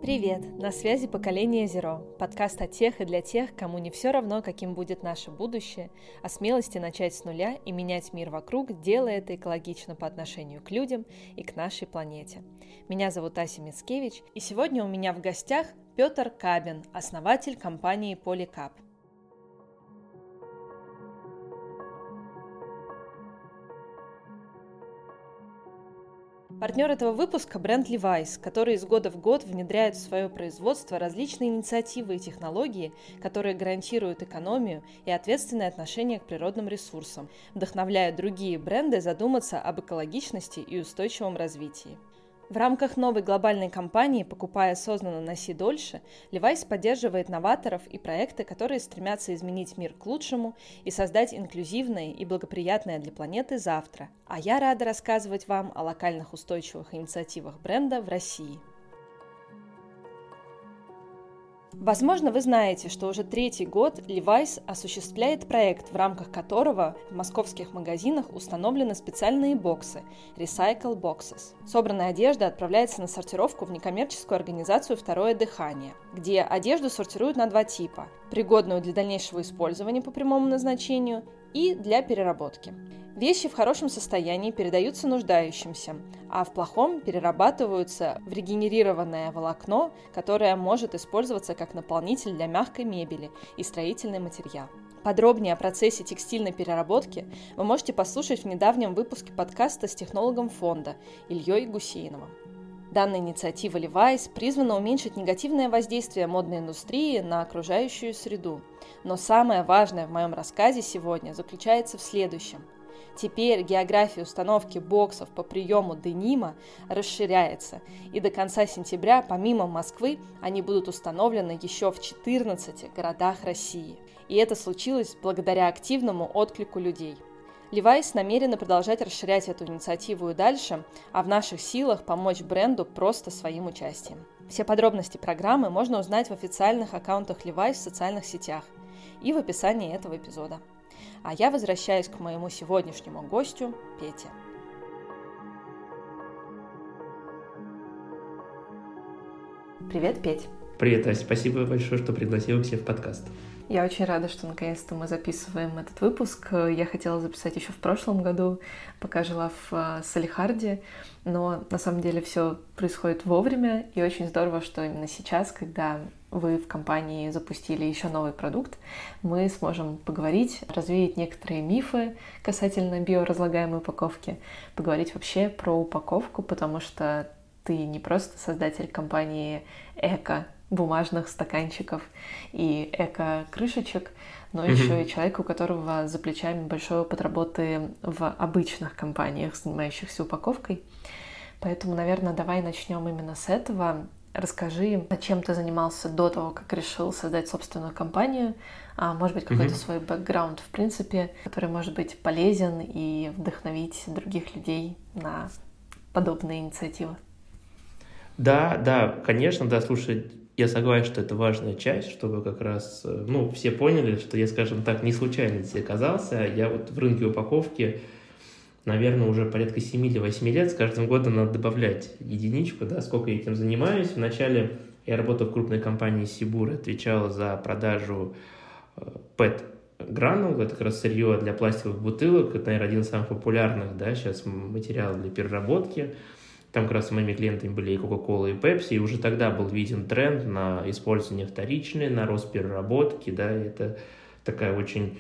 Привет! На связи «Поколение Zero», подкаст о тех и для тех, кому не все равно, каким будет наше будущее, о смелости начать с нуля и менять мир вокруг, делая это экологично по отношению к людям и к нашей планете. Меня зовут Ася Мицкевич, и сегодня у меня в гостях Петр Кабин, основатель компании Polycab. Партнер этого выпуска – бренд Levi's, который из года в год внедряет в свое производство различные инициативы и технологии, которые гарантируют экономию и ответственное отношение к природным ресурсам, вдохновляя другие бренды задуматься об экологичности и устойчивом развитии. В рамках новой глобальной кампании «Покупай осознанно, носи дольше» Levi's поддерживает новаторов и проекты, которые стремятся изменить мир к лучшему и создать инклюзивное и благоприятное для планеты завтра. А я рада рассказывать вам о локальных устойчивых инициативах бренда в России. Возможно, вы знаете, что уже третий год Levi's осуществляет проект, в рамках которого в московских магазинах установлены специальные боксы – Recycle Boxes. Собранная одежда отправляется на сортировку в некоммерческую организацию «Второе дыхание», где одежду сортируют на два типа – пригодную для дальнейшего использования по прямому назначению и для переработки. Вещи в хорошем состоянии передаются нуждающимся, а в плохом перерабатываются в регенерированное волокно, которое может использоваться как наполнитель для мягкой мебели и строительный материал. Подробнее о процессе текстильной переработки вы можете послушать в недавнем выпуске подкаста с технологом фонда Ильей Гусейновым. Данная инициатива Levi's призвана уменьшить негативное воздействие модной индустрии на окружающую среду. Но самое важное в моем рассказе сегодня заключается в следующем. Теперь география установки боксов по приему денима расширяется, и до конца сентября, помимо Москвы, они будут установлены еще в 14 городах России. И это случилось благодаря активному отклику людей. Levi's намерена продолжать расширять эту инициативу и дальше, а в наших силах помочь бренду просто своим участием. Все подробности программы можно узнать в официальных аккаунтах Levi's в социальных сетях и в описании этого эпизода. А я возвращаюсь к моему сегодняшнему гостю Пете. Привет, Петь. Привет, Ася. Спасибо большое, что пригласила к себе в подкаст. Я очень рада, что наконец-то мы записываем этот выпуск. Я хотела записать еще в прошлом году, пока жила в Салехарде, но на самом деле все происходит вовремя, и очень здорово, что именно сейчас, когда вы в компании запустили еще новый продукт, мы сможем поговорить, развеять некоторые мифы касательно биоразлагаемой упаковки, поговорить вообще про упаковку, потому что ты не просто создатель компании эко-бумажных стаканчиков и эко-крышечек, но еще и человек, у которого за плечами большой опыт работы в обычных компаниях, занимающихся упаковкой. Поэтому, наверное, давай начнем именно с этого. Расскажи, чем ты занимался до того, как решил создать собственную компанию, может быть, какой-то свой бэкграунд, в принципе, который может быть полезен и вдохновить других людей на подобные инициативы. Да, конечно, слушай, я согласен, что это важная часть, чтобы как раз, все поняли, что я, скажем так, не случайно здесь оказался. Я вот в рынке упаковки, наверное, уже порядка 7 или 8 лет, с каждым годом надо добавлять единичку, сколько я этим занимаюсь. Вначале я работал в крупной компании Сибур, отвечал за продажу PET-гранул, это как раз сырье для пластиковых бутылок, это, наверное, один из самых популярных, сейчас материал для переработки. Там как раз моими клиентами были и Coca-Cola, и Pepsi, и уже тогда был виден тренд на использование вторичной, на рост переработки, это такая очень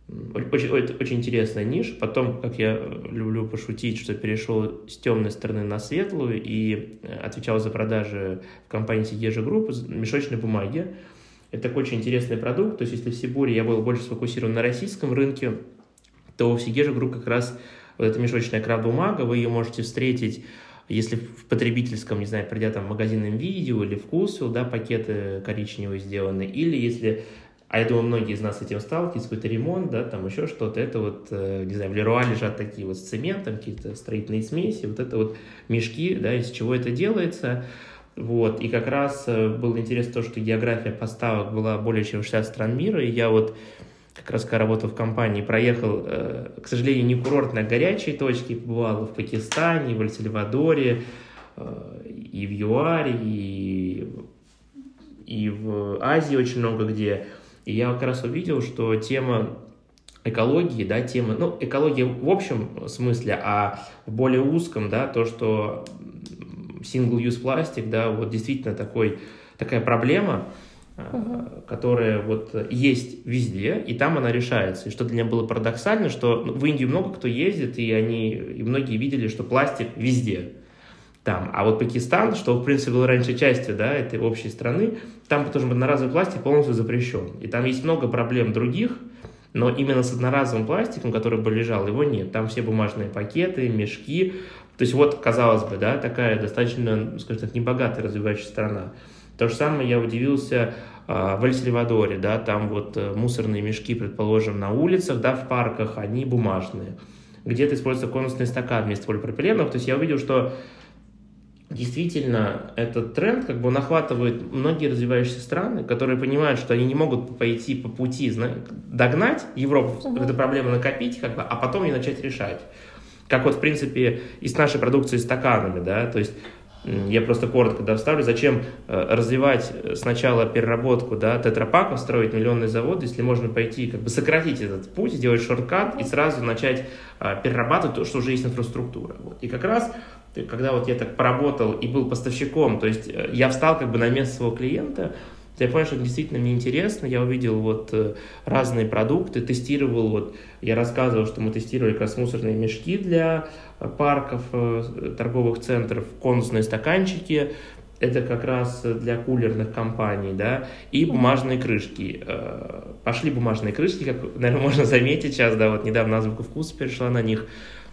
интересная ниша. Потом, как я люблю пошутить, что перешел с темной стороны на светлую и отвечал за продажи в компании Сигежа Групп мешочной бумаги. Это такой очень интересный продукт. То есть, если в Сибуре я был больше сфокусирован на российском рынке, то в Сигежа Групп как раз вот эта мешочная крафт-бумага, вы ее можете встретить, если в потребительском, придя в магазин МВидео или Вкусвилл, пакеты коричневые сделаны, или если, я думаю, многие из нас с этим сталкиваются, какой-то ремонт, там еще что-то, это в Леруа лежат такие с цементом, какие-то строительные смеси, это мешки, из чего это делается. И как раз было интересно то, что география поставок была более чем 60 стран мира, и я как раз когда работал в компании, проехал, к сожалению, не курортные, а горячие точки, побывал в Пакистане, в Эль-Сальвадоре, и в ЮАРе, и и в Азии очень много где. И я как раз увидел, что тема экологии, да, тема, ну, экология в общем смысле, а в более узком, да, то, что single-use пластик, да, вот действительно такая проблема, которая вот есть везде, и там она решается. И что для меня было парадоксально, что в Индию много кто ездит, и многие видели, что пластик везде там. А вот Пакистан, что, в принципе, было раньше частью, да, этой общей страны, там тоже одноразовый пластик полностью запрещен. И там есть много проблем других, но именно с одноразовым пластиком, который бы лежал, его нет. Там все бумажные пакеты, мешки. То есть вот, казалось бы, да, такая достаточно, скажем так, небогатая развивающаяся страна. То же самое я удивился в Эль-Сальвадоре, да, там вот мусорные мешки, предположим, на улицах, да, в парках, они бумажные. Где-то используется конусный стакан вместо полипропиленового. То есть я увидел, что действительно этот тренд, как бы он охватывает многие развивающиеся страны, которые понимают, что они не могут пойти по пути, догнать Европу, эту проблему накопить, как бы, а потом ее начать решать. Как вот, в принципе, и с нашей продукцией стаканами, да, то есть я просто коротко вставлю, зачем развивать сначала переработку, да, тетрапаков, строить миллионный завод, если можно пойти, как бы сократить этот путь, сделать шорткат и сразу начать перерабатывать то, что уже есть инфраструктура. Вот. И как раз, когда вот я так поработал и был поставщиком, то есть я встал как бы на место своего клиента, я понял, что это действительно мне интересно, я увидел вот разные продукты, тестировал, вот я рассказывал, что мы тестировали как раз мусорные мешки для парков, торговых центров, конусные стаканчики, это как раз для кулерных компаний, да, и бумажные крышки. Пошли бумажные крышки, как, наверное, можно заметить сейчас, да, вот недавно Азбука Вкуса перешла на них,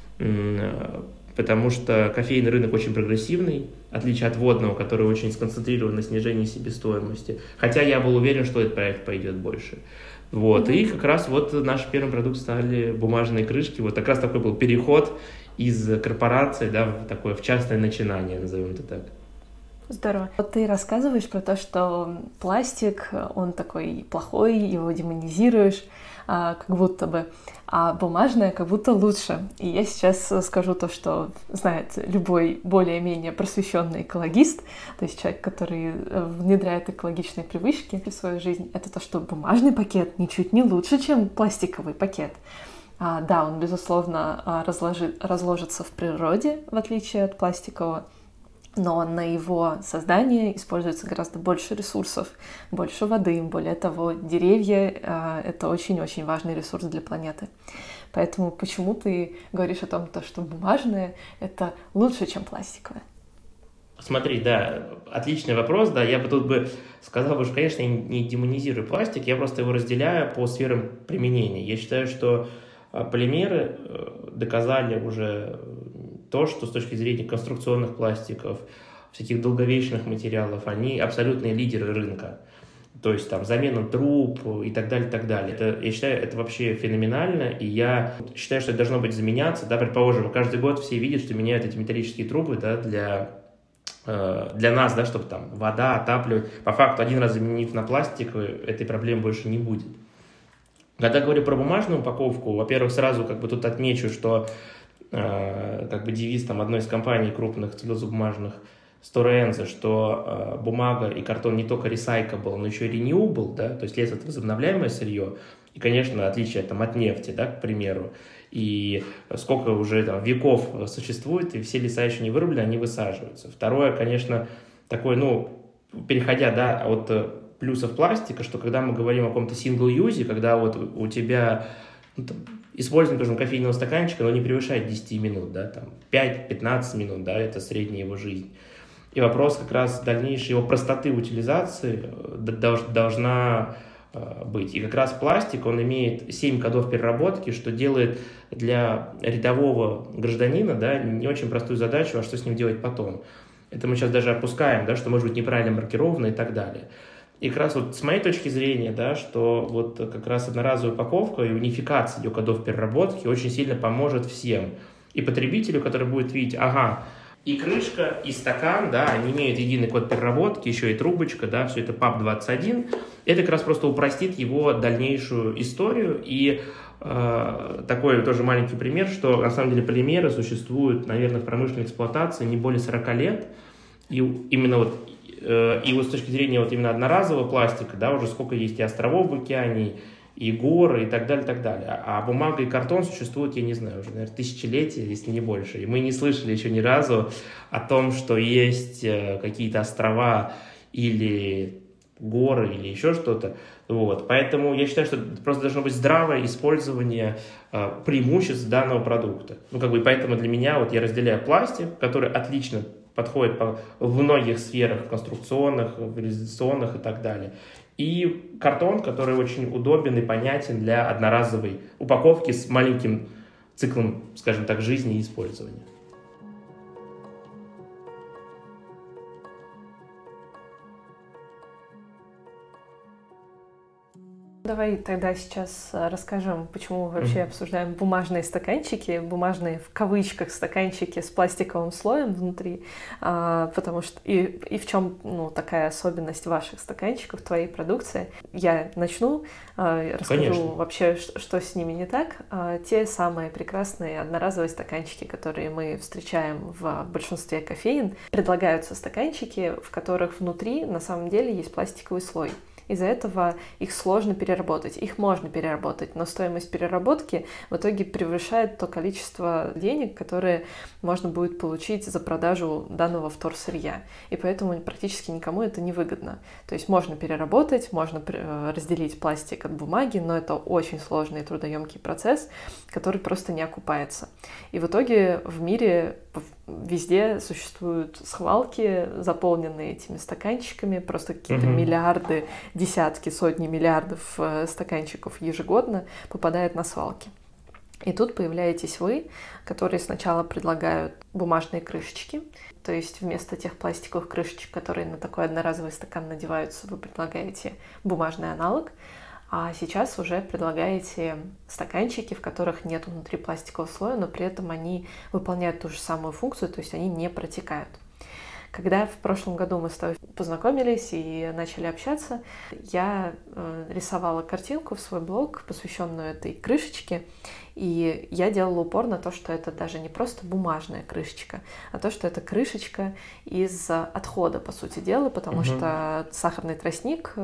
потому что кофейный рынок очень прогрессивный, в отличие от водного, который очень сконцентрирован на снижении себестоимости. Хотя я был уверен, что этот проект пойдет больше. Вот. И как раз вот наш первый продукт стали бумажные крышки. Вот как раз такой был переход из корпорации, да, в частное начинание, назовем это так. Здорово. Вот ты рассказываешь про то, что пластик, он такой плохой, его демонизируешь, как будто бы, а бумажное как будто лучше. И я сейчас скажу то, что знает любой более-менее просвещенный экологист, то есть человек, который внедряет экологичные привычки в свою жизнь, это то, что бумажный пакет ничуть не лучше, чем пластиковый пакет. Да, он, безусловно, разложится в природе, в отличие от пластикового, но на его создание используется гораздо больше ресурсов, больше воды. Более того, деревья — это очень-очень важный ресурс для планеты. Поэтому почему ты говоришь о том, что бумажное — это лучше, чем пластиковое? Смотри, да, отличный вопрос, да, я бы тут сказал, что, конечно, я не демонизирую пластик, я просто его разделяю по сферам применения. Я считаю, что полимеры доказали уже то, что с точки зрения конструкционных пластиков, всяких долговечных материалов, они абсолютные лидеры рынка. То есть там замена труб и так далее, и так далее. Я считаю, это вообще феноменально, и я считаю, что это должно быть заменяться. Да, предположим, каждый год все видят, что меняют эти металлические трубы, да, для нас, да, чтобы там вода отапливать. По факту, один раз заменив на пластик, этой проблемы больше не будет. Когда говорю про бумажную упаковку, во-первых, сразу как бы тут отмечу, что как бы девиз там одной из компаний крупных целлюлозно-бумажных Stora Enso, что бумага и картон не только recyclable, но еще и renewable, да, то есть лес — это возобновляемое сырье, и, конечно, отличие там от нефти, да, к примеру, и сколько уже там веков существует, и все леса еще не вырублены, они высаживаются. Второе, конечно, такой, переходя, да, от плюсов пластика, что когда мы говорим о каком-то single-use, когда вот у тебя использование, скажем, кофейного стаканчика, но не превышает 10 минут, да, там 5-15 минут, да, это средняя его жизнь. И вопрос как раз дальнейшей его простоты утилизации должна быть. И как раз пластик, он имеет 7 кодов переработки, что делает для рядового гражданина, да, не очень простую задачу, а что с ним делать потом. Это мы сейчас даже опускаем, да, что может быть неправильно маркировано и так далее. И как раз вот с моей точки зрения, да, что вот как раз одноразовая упаковка и унификация ее кодов переработки очень сильно поможет всем. И потребителю, который будет видеть, и крышка, и стакан, да, они имеют единый код переработки, еще и трубочка, да, все это PAP21. Это как раз просто упростит его дальнейшую историю. И такой тоже маленький пример, что на самом деле полимеры существуют, наверное, в промышленной эксплуатации не более 40 лет. И именно вот И вот с точки зрения вот именно одноразового пластика, да, уже сколько есть и островов в океане, и горы, и так далее, и так далее. А бумага и картон существуют, я не знаю, уже, наверное, тысячелетия, если не больше. И мы не слышали еще ни разу о том, что есть какие-то острова или горы, или еще что-то. Вот. Поэтому я считаю, что просто должно быть здравое использование преимуществ данного продукта. Ну, как бы, поэтому для меня, вот я разделяю пластик, который отлично подходит в многих сферах конструкционных, реализационных и так далее. И картон, который очень удобен и понятен для одноразовой упаковки с маленьким циклом, скажем так, жизни и использования. Давай тогда сейчас расскажем, почему мы вообще обсуждаем бумажные стаканчики, бумажные в кавычках стаканчики с пластиковым слоем внутри, потому что и в чем такая особенность ваших стаканчиков, твоей продукции. Я начну, расскажу Конечно. вообще, что с ними не так. Те самые прекрасные одноразовые стаканчики, которые мы встречаем в большинстве кофеин, предлагаются стаканчики, в которых внутри на самом деле есть пластиковый слой. Из-за этого их сложно переработать. Их можно переработать, но стоимость переработки в итоге превышает то количество денег, которые можно будет получить за продажу данного вторсырья. И поэтому практически никому это не выгодно. То есть можно переработать, можно разделить пластик от бумаги, но это очень сложный и трудоемкий процесс, который просто не окупается. И в итоге в мире везде существуют свалки, заполненные этими стаканчиками, просто какие-то миллиарды, десятки, сотни миллиардов стаканчиков ежегодно попадает на свалки. И тут появляетесь вы, которые сначала предлагают бумажные крышечки, то есть вместо тех пластиковых крышечек, которые на такой одноразовый стакан надеваются, вы предлагаете бумажный аналог, а сейчас уже предлагаете стаканчики, в которых нет внутри пластикового слоя, но при этом они выполняют ту же самую функцию, то есть они не протекают. Когда в прошлом году мы с тобой познакомились и начали общаться, я рисовала картинку в свой блог, посвященную этой крышечке, и я делала упор на то, что это даже не просто бумажная крышечка, а то, что это крышечка из отхода, по сути дела, потому что сахарный тростник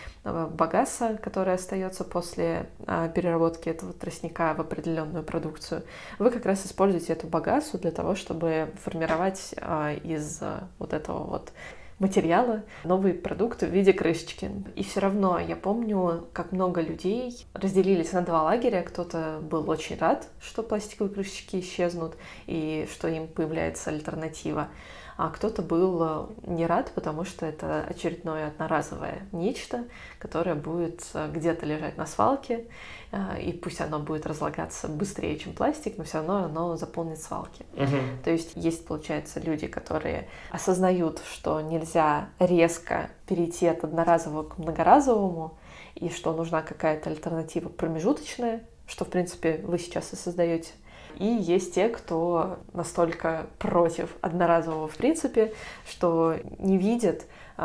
багаса, который остается после переработки этого тростника в определенную продукцию, вы как раз используете эту багасу для того, чтобы формировать из вот этого вот материала новый продукт в виде крышечки. И все равно я помню, как много людей разделились на два лагеря. Кто-то был очень рад, что пластиковые крышечки исчезнут и что им появляется альтернатива. А кто-то был не рад, потому что это очередное одноразовое нечто, которое будет где-то лежать на свалке, и пусть оно будет разлагаться быстрее, чем пластик, но все равно оно заполнит свалки. То есть, получается, люди, которые осознают, что нельзя резко перейти от одноразового к многоразовому, и что нужна какая-то альтернатива промежуточная, что, в принципе, вы сейчас и создаете. И есть те, кто настолько против одноразового в принципе, что не видят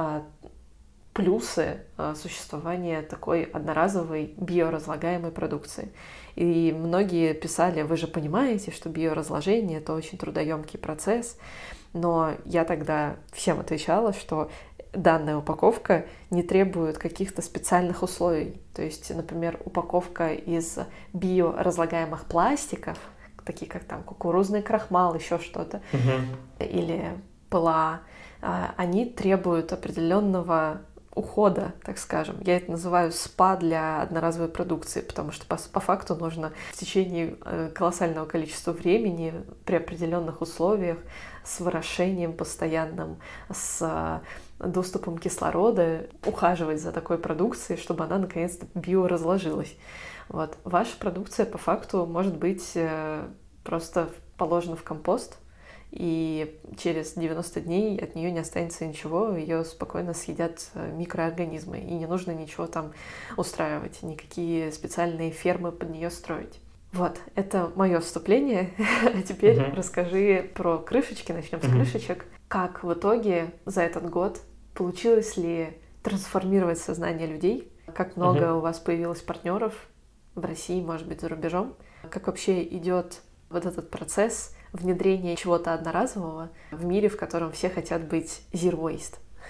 плюсы существования такой одноразовой биоразлагаемой продукции. И многие писали: вы же понимаете, что биоразложение — это очень трудоемкий процесс. Но я тогда всем отвечала, что данная упаковка не требует каких-то специальных условий. То есть, например, упаковка из биоразлагаемых пластиков, такие как там кукурузный крахмал, еще что-то, или пыла, они требуют определенного ухода, так скажем. Я это называю спа для одноразовой продукции, потому что по факту нужно в течение колоссального количества времени при определенных условиях с ворошением постоянным, с доступом кислорода ухаживать за такой продукцией, чтобы она наконец-то биоразложилась. Вот. Ваша продукция по факту может быть просто положена в компост, и через 90 дней от нее не останется ничего, ее спокойно съедят микроорганизмы, и не нужно ничего там устраивать, никакие специальные фермы под нее строить. Вот, это мое вступление. А теперь расскажи про крышечки, начнем с крышечек. Как в итоге за этот год получилось ли трансформировать сознание людей? Как много у вас появилось партнеров в России, может быть, за рубежом? Как вообще идет вот этот процесс внедрения чего-то одноразового в мире, в котором все хотят быть zero waste?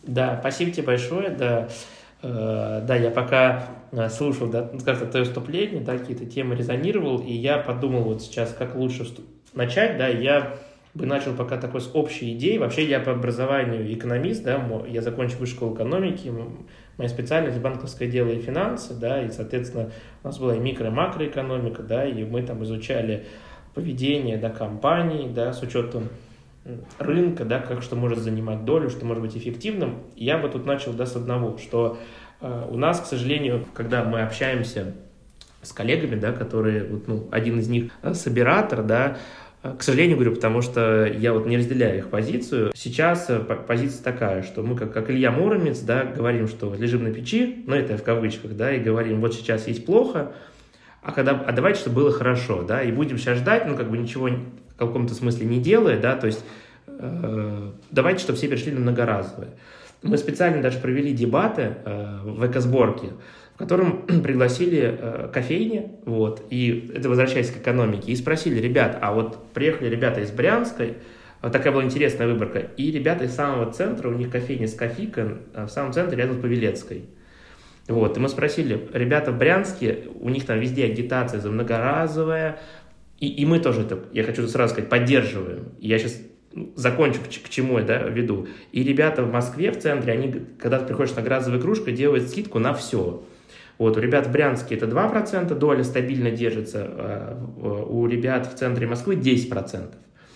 Да, спасибо тебе большое, да. Да, я пока слушал, да, как-то твое вступление, да, какие-то темы резонировал, и я подумал вот сейчас, как лучше начать, да, я бы начал пока такой с общей идеей. Вообще я по образованию экономист, да, я закончил высшую школу экономики, моя специальность банковское дело и финансы, да, и, соответственно, у нас была и микро- и макроэкономика, да, и мы там изучали поведение, да, компаний, да, с учетом рынка, да, как что может занимать долю, что может быть эффективным. Я бы тут начал, да, с одного, что у нас, к сожалению, когда мы общаемся с коллегами, да, которые, вот, ну, один из них собиратор, да, к сожалению, говорю, потому что я вот не разделяю их позицию. Сейчас позиция такая, что мы, как Илья Муромец, да, говорим, что лежим на печи, ну, это в кавычках, да, и говорим, вот сейчас есть плохо, а давайте, чтобы было хорошо, да, и будем сейчас ждать, ну, как бы ничего в каком-то смысле не делая, да, то есть давайте, чтобы все перешли на многоразовое. Мы специально даже провели дебаты в экосборке, в котором пригласили кофейни, вот, и это возвращаясь к экономике, и спросили ребят, а вот приехали ребята из Брянской, вот такая была интересная выборка, и ребята из самого центра, у них кофейня «Скафика» в самом центре, рядом с Павелецкой. Вот, и мы спросили, ребята в Брянске, у них там везде агитация за многоразовое, и мы тоже это, я хочу сразу сказать, поддерживаем. Я сейчас закончу, к чему я, да, веду. И ребята в Москве, в центре, они, когда ты приходишь на газовую кружку, делают скидку на все. Вот, у ребят в Брянске это 2%, доля стабильно держится, у ребят в центре Москвы 10%.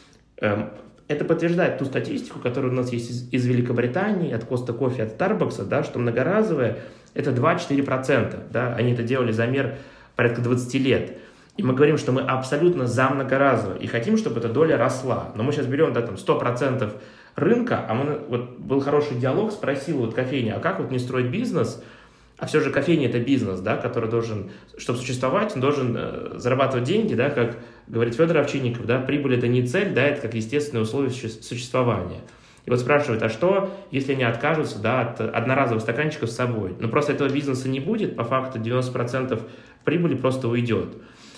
Это подтверждает ту статистику, которая у нас есть из Великобритании, от Коста Кофе, от Старбакса, да, что многоразовое это 2-4%. Да, они это делали замер порядка 20 лет. И мы говорим, что мы абсолютно за многоразовое и хотим, чтобы эта доля росла. Но мы сейчас берем, да, там 100% рынка, а мы, вот был хороший диалог, спросил вот кофейня, а как вот не строить бизнес? А все же кофейня – это бизнес, да, который должен, чтобы существовать, он должен зарабатывать деньги, да, как говорит Федор Овчинников, да, прибыль – это не цель, да, это как естественное условие существования. И вот спрашивают, а что, если они откажутся, да, от одноразовых стаканчиков с собой? Ну, просто этого бизнеса не будет, по факту 90% прибыли просто уйдет.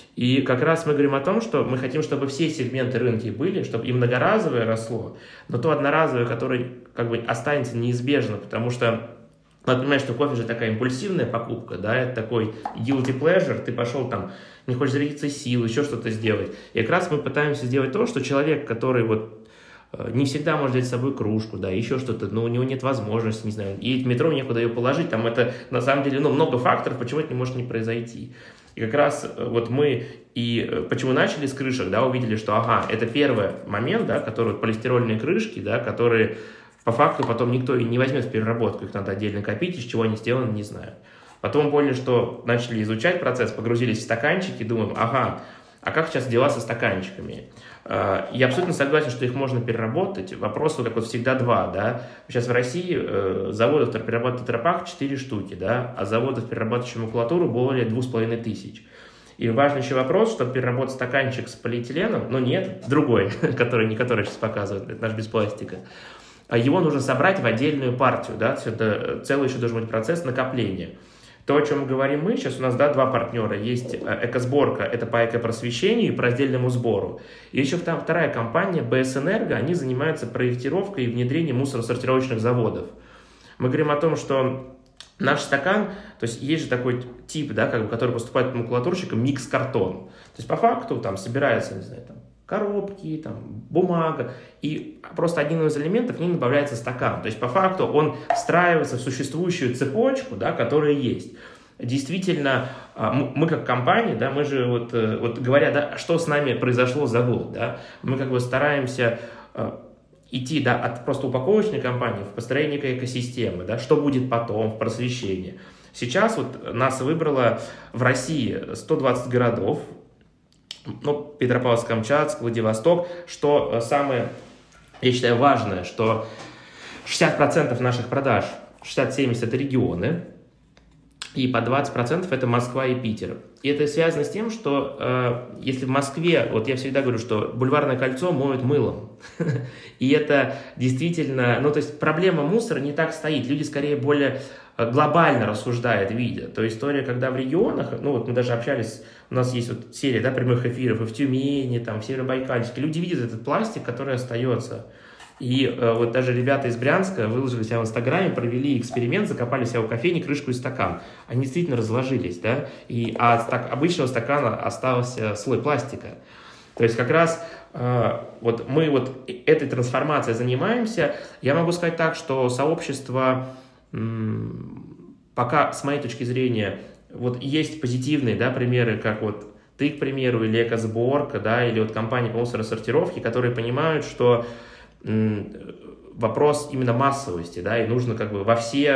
И как раз мы говорим о том, что мы хотим, чтобы все сегменты рынка были, чтобы и многоразовое росло, но то одноразовое, которое как бы останется неизбежно, потому что надо понимать, что кофе же такая импульсивная покупка, да, это такой guilty pleasure, ты пошел там, не хочешь зарядиться сил, еще что-то сделать. И как раз мы пытаемся сделать то, что человек, который вот не всегда может взять с собой кружку, да, еще что-то, но у него нет возможности, не знаю, едет в метро, некуда ее положить, там это на самом деле, ну, много факторов, почему это не может не произойти. И как раз вот мы и почему начали с крышек, да, увидели, что, ага, это первый момент, да, который полистирольные крышки, да, которые по факту потом никто и не возьмет в переработку, их надо отдельно копить, из чего они сделаны, не знаю. Потом поняли, что начали изучать процесс, погрузились в стаканчики, думаем, ага, а как сейчас дела со стаканчиками? Я абсолютно согласен, что их можно переработать. Вопрос, как вот всегда, два, да. Сейчас в России заводов, которые перерабатывают тетрапак, 4 штуки, да, а заводов, перерабатывающих макулатуру, более 2500. И важный еще вопрос, чтобы переработать стаканчик с полиэтиленом, но нет, другой, который сейчас показывает, это наш без пластика, его нужно собрать в отдельную партию, да, это целый еще должен быть процесс накопления. То, о чем мы говорим мы, сейчас у нас, да, два партнера. Есть экосборка, это по экопросвещению и по раздельному сбору. И еще там вторая компания, БС Энерго, они занимаются проектировкой и внедрением мусоросортировочных заводов. Мы говорим о том, что наш стакан, то есть есть же такой тип, да, как бы, который поступает от макулатурщика, микс-картон. То есть по факту там собирается, не знаю, там, коробки, там, бумага, и просто один из элементов в ней добавляется стакан. То есть, по факту, он встраивается в существующую цепочку, да, которая есть. Действительно, мы как компания, да, мы же, вот говоря, да, что с нами произошло за год, да, мы как бы стараемся идти, да, от просто упаковочной компании в построение экосистемы, да, что будет потом, в просвещении. Сейчас вот нас выбрало в России 120 городов, ну, Петропавловск-Камчатск, Владивосток, что самое, я считаю, важное, что 60% наших продаж, 60-70% это регионы, и по 20% это Москва и Питер. И это связано с тем, что если в Москве, вот я всегда говорю, что Бульварное кольцо моют мылом, и это действительно, ну, то есть проблема мусора не так стоит, люди скорее более глобально рассуждают, видят. То есть история, когда в регионах, ну, вот мы даже общались, у нас есть вот серия, да, прямых эфиров и в Тюмени, там, в Северобайкальске, люди видят этот пластик, который остается. И вот даже ребята из Брянска выложили себя в Инстаграме, провели эксперимент, закопали себя в кофейне крышку и стакан. Они действительно разложились, да, и от обычного стакана остался слой пластика. То есть как раз вот мы вот этой трансформацией занимаемся. Я могу сказать так, что сообщество пока, с моей точки зрения, вот есть позитивные, да, примеры, как вот ты, к примеру, или Экосборка, да, или вот компания по мусоросортировке, которые понимают, что вопрос именно массовости, да, и нужно как бы во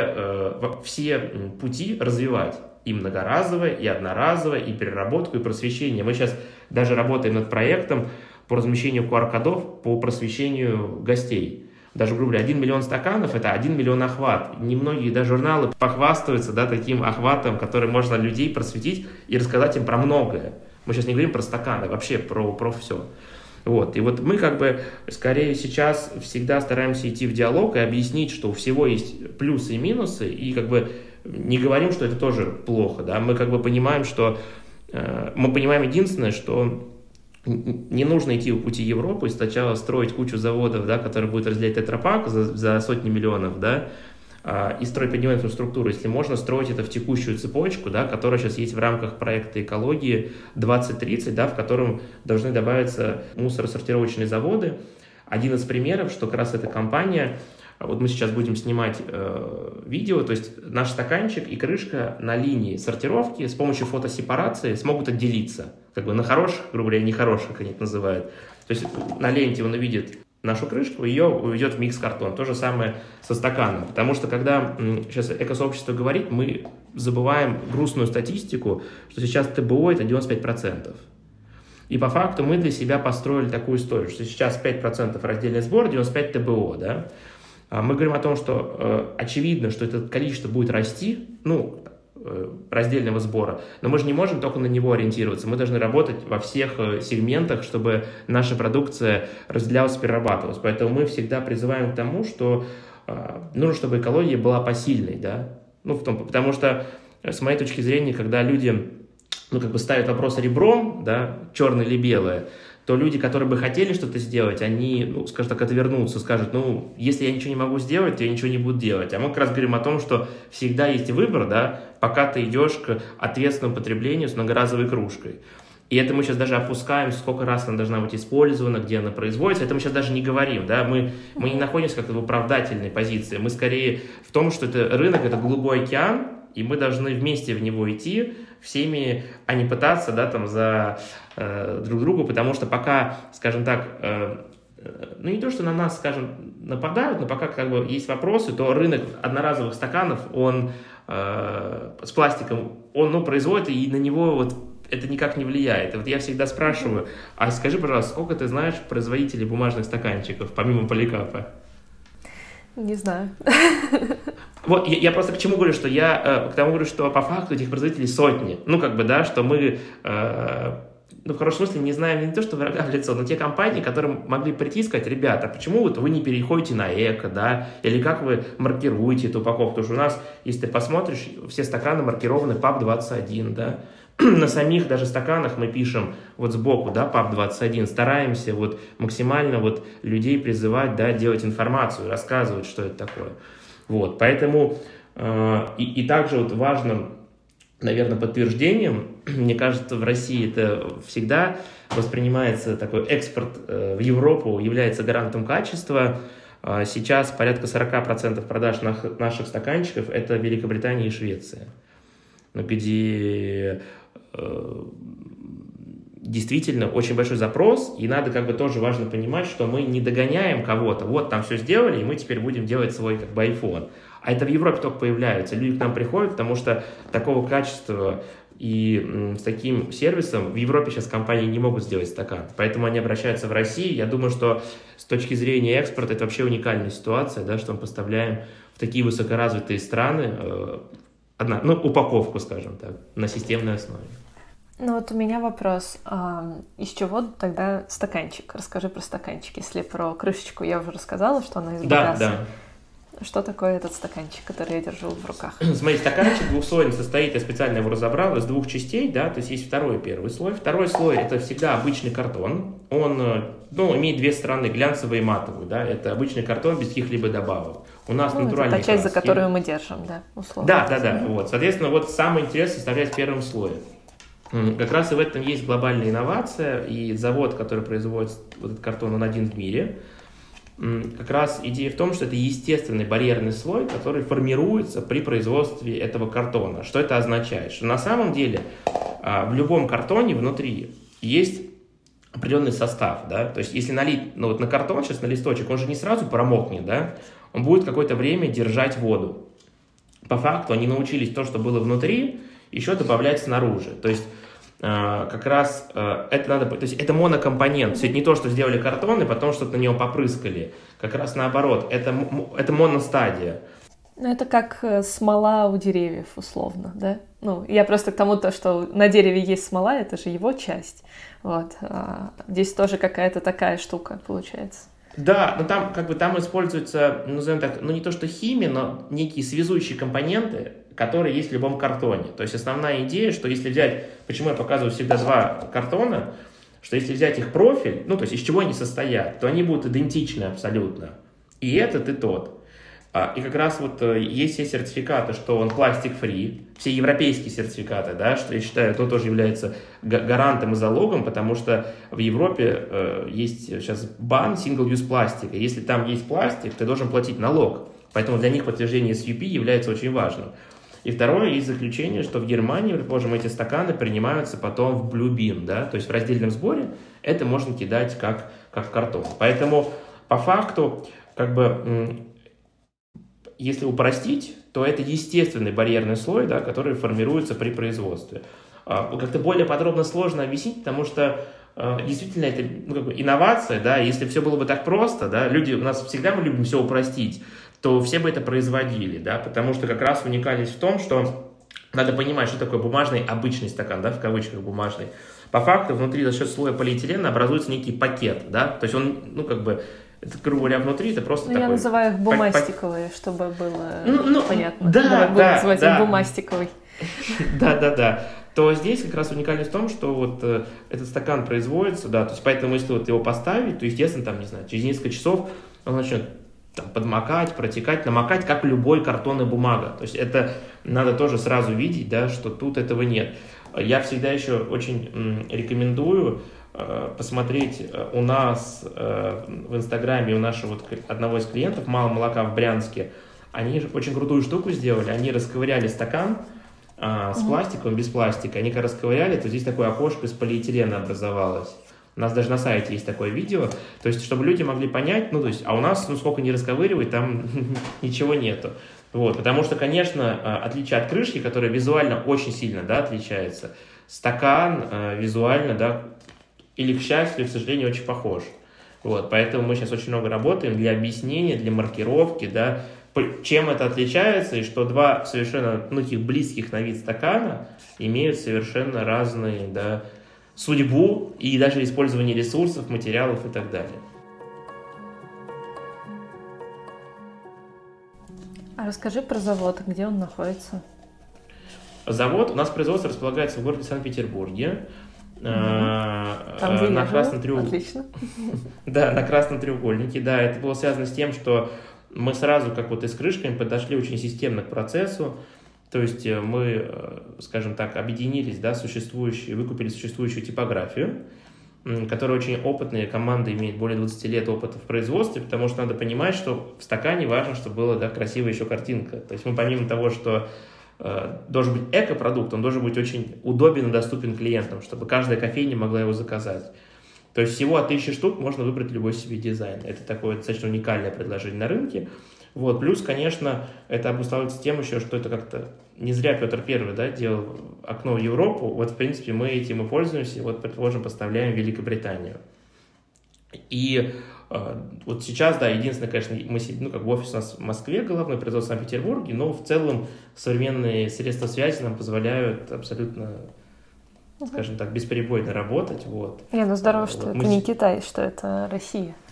все пути развивать. И многоразовое, и одноразовое, и переработку, и просвещение. Мы сейчас даже работаем над проектом по размещению QR-кодов по просвещению гостей. Даже, грубо говоря, 1 миллион стаканов – это 1 миллион охват. Немногие даже журналы похвастаются, да, таким охватом, который можно людей просветить и рассказать им про многое. Мы сейчас не говорим про стаканы, вообще про все. Вот. И вот мы как бы скорее сейчас всегда стараемся идти в диалог и объяснить, что у всего есть плюсы и минусы, и как бы не говорим, что это тоже плохо. Да? Мы как бы понимаем, что мы понимаем единственное, что не нужно идти по пути Европы и сначала строить кучу заводов, да, которые будут разделять тетрапак за сотни миллионов, да, и строить под него инфраструктуру, если можно строить это в текущую цепочку, да, которая сейчас есть в рамках проекта экологии 2030, да, в котором должны добавиться мусоросортировочные заводы. Один из примеров, что как раз эта компания, вот мы сейчас будем снимать видео, то есть наш стаканчик и крышка на линии сортировки с помощью фотосепарации смогут отделиться, как бы на хороших, грубо говоря, нехороших, как они это называют. То есть на ленте он увидит нашу крышку, ее уведет в микс-картон. То же самое со стаканом. Потому что когда сейчас экосообщество говорит, мы забываем грустную статистику, что сейчас ТБО это 95%. И по факту мы для себя построили такую историю, что сейчас 5% раздельный сбор, 95% ТБО, да. Мы говорим о том, что очевидно, что это количество будет расти, раздельного сбора, но мы же не можем только на него ориентироваться, мы должны работать во всех сегментах, чтобы наша продукция разделялась и перерабатывалась. Поэтому мы всегда призываем к тому, что нужно, чтобы экология была посильной, да, потому что, с моей точки зрения, когда люди, ставят вопрос ребром, да, черное или белое, то люди, которые бы хотели что-то сделать, они, скажем так, отвернутся, скажут, если я ничего не могу сделать, то я ничего не буду делать. А мы как раз говорим о том, что всегда есть выбор, да, пока ты идешь к ответственному потреблению с многоразовой кружкой. И это мы сейчас даже опускаем, сколько раз она должна быть использована, где она производится. Это мы сейчас даже не говорим, да, мы не находимся как-то в оправдательной позиции. Мы скорее в том, что это рынок, это голубой океан, и мы должны вместе в него идти всеми, а не пытаться, да, там, за друг другу, потому что пока, скажем так, не то, что на нас, скажем, нападают, но пока как бы есть вопросы, то рынок одноразовых стаканов, он с пластиком, он производит, и на него вот это никак не влияет. И вот я всегда спрашиваю, а скажи, пожалуйста, сколько ты знаешь производителей бумажных стаканчиков, помимо Поликапа? Не знаю. Вот, я просто к чему говорю, что я к тому говорю, что по факту этих производителей сотни. Что мы, в хорошем смысле, не знаем не то, что врага в лицо, но те компании, которые могли прийти и сказать, ребята, почему вот вы не переходите на эко, да, или как вы маркируете эту упаковку, потому что у нас, если ты посмотришь, все стаканы маркированы ПАП-21, да, на самих даже стаканах мы пишем вот сбоку, да, ПАП-21, стараемся вот максимально вот людей призывать, да, делать информацию, рассказывать, что это такое. Вот, поэтому и также вот важным, наверное, подтверждением, мне кажется, в России это всегда воспринимается такой экспорт в Европу, является гарантом качества. Сейчас порядка 40% продаж наших стаканчиков это Великобритания и Швеция, где действительно очень большой запрос, и надо как бы тоже важно понимать, что мы не догоняем кого-то, вот там все сделали, и мы теперь будем делать свой как бы iPhone. А это в Европе только появляется. Люди к нам приходят, потому что такого качества и с таким сервисом в Европе сейчас компании не могут сделать стакан. Поэтому они обращаются в Россию. Я думаю, что с точки зрения экспорта это вообще уникальная ситуация, да, что мы поставляем в такие высокоразвитые страны упаковку, скажем так, на системной основе. Вот у меня вопрос. Из чего тогда стаканчик? Расскажи про стаканчик. Если про крышечку я уже рассказала, что она из богаса. Да. Что такое этот стаканчик, который я держу в руках? Смотри, стаканчик двухслойный состоит, я специально его разобрал, из двух частей, да, то есть есть второй и первый слой. Второй слой – это всегда обычный картон, он, имеет две стороны, глянцевую и матовую, да, это обычный картон без каких-либо добавок. У нас натуральные это та часть, краски. за которую мы держим, да, условно. Да, вот, соответственно, вот самое интересное составляет в первом слое. Как раз и в этом есть глобальная инновация, и завод, который производит вот этот картон, он один в мире. Как раз идея в том, что это естественный барьерный слой, который формируется при производстве этого картона. Что это означает? Что на самом деле в любом картоне внутри есть определенный состав, да, то есть если налить, вот на картон сейчас, на листочек, он же не сразу промокнет, да, он будет какое-то время держать воду. По факту они научились то, что было внутри, еще добавлять снаружи, то есть как раз это надо, то есть это монокомпонент, то есть это не то, что сделали картон и потом что-то на него попрыскали, как раз наоборот, это моностадия. Это как смола у деревьев, условно, да? Я просто к тому, что на дереве есть смола, это же его часть, вот. Здесь тоже какая-то такая штука получается. Да, но там там используются, назовем так, не то что химия, но некие связующие компоненты, которые есть в любом картоне. То есть основная идея, что если взять, почему я показываю всегда два картона, что если взять их профиль, то есть из чего они состоят, то они будут идентичны абсолютно. И этот, и тот. И как раз есть все сертификаты, что он пластик-фри, все европейские сертификаты, да, что я считаю, это тоже является гарантом и залогом, потому что в Европе есть сейчас бан single-use пластика. Если там есть пластик, ты должен платить налог. Поэтому для них подтверждение SUP является очень важным. И второе, есть заключение, что в Германии, предположим, эти стаканы принимаются потом в Blue Bin, да, то есть в раздельном сборе это можно кидать как картон. Поэтому по факту, если упростить, то это естественный барьерный слой, да, который формируется при производстве. Как-то более подробно сложно объяснить, потому что действительно это инновация, да, если все было бы так просто, да, люди, у нас всегда мы любим все упростить, то все бы это производили, да, потому что как раз уникальность в том, что надо понимать, что такое бумажный обычный стакан, да, в кавычках бумажный. По факту внутри за счет слоя полиэтилена образуется некий пакет, да, то есть он, это, грубо говоря, внутри это просто такой... Я называю их бумастиковые, чтобы было понятно. Давай будем называть их бумастиковый. Да. То здесь как раз уникальность в том, что этот стакан производится, да, то есть поэтому если его поставить, то, естественно, через несколько часов он начнет подмокать, протекать, намокать, как любой картон и бумага. То есть это надо тоже сразу видеть, да, что тут этого нет. Я всегда еще очень рекомендую посмотреть у нас в Инстаграме, у нашего одного из клиентов, «Мало молока» в Брянске, они очень крутую штуку сделали, они расковыряли стакан с пластиком, без пластика, они когда расковыряли, то здесь такое окошко из полиэтилена образовалось. У нас даже на сайте есть такое видео, то есть, чтобы люди могли понять, а у нас, сколько не расковыривать, там ничего нету. Вот, потому что, конечно, отличие от крышки, которая визуально очень сильно, да, отличается, стакан визуально, да, или, к счастью, или, к сожалению, очень похож. Вот, поэтому мы сейчас очень много работаем для объяснения, для маркировки, да, чем это отличается, и что два совершенно, таких близких на вид стакана имеют совершенно разные, да, судьбу и даже использование ресурсов, материалов и так далее. А расскажи про завод, где он находится? Завод, у нас производство располагается в городе Санкт-Петербурге. Там, где на Красном треугольнике. Отлично. Да, на Красном треугольнике. Да, это было связано с тем, что мы сразу, как и с крышками, подошли очень системно к процессу. То есть мы, скажем так, объединились, да, выкупили существующую типографию, которая очень опытная, команда имеет более 20 лет опыта в производстве, потому что надо понимать, что в стакане важно, чтобы была, да, красивая еще картинка. То есть мы помимо того, что должен быть экопродукт, он должен быть очень удобен и доступен клиентам, чтобы каждая кофейня могла его заказать. То есть всего от 1000 штук можно выбрать любой себе дизайн. Это такое достаточно уникальное предложение на рынке. Вот. Плюс, конечно, это обуславливается тем еще, что это как-то не зря Петр I, да, делал окно в Европу. Вот, в принципе, мы этим и пользуемся. Вот, предположим, поставляем в Великобританию. И вот сейчас, да, единственное, конечно, мы сидим, офис у нас в Москве, головной производство в Санкт-Петербурге, но в целом современные средства связи нам позволяют абсолютно, скажем так, бесперебойно работать. Вот. Здорово, что это не Китай, что это Россия.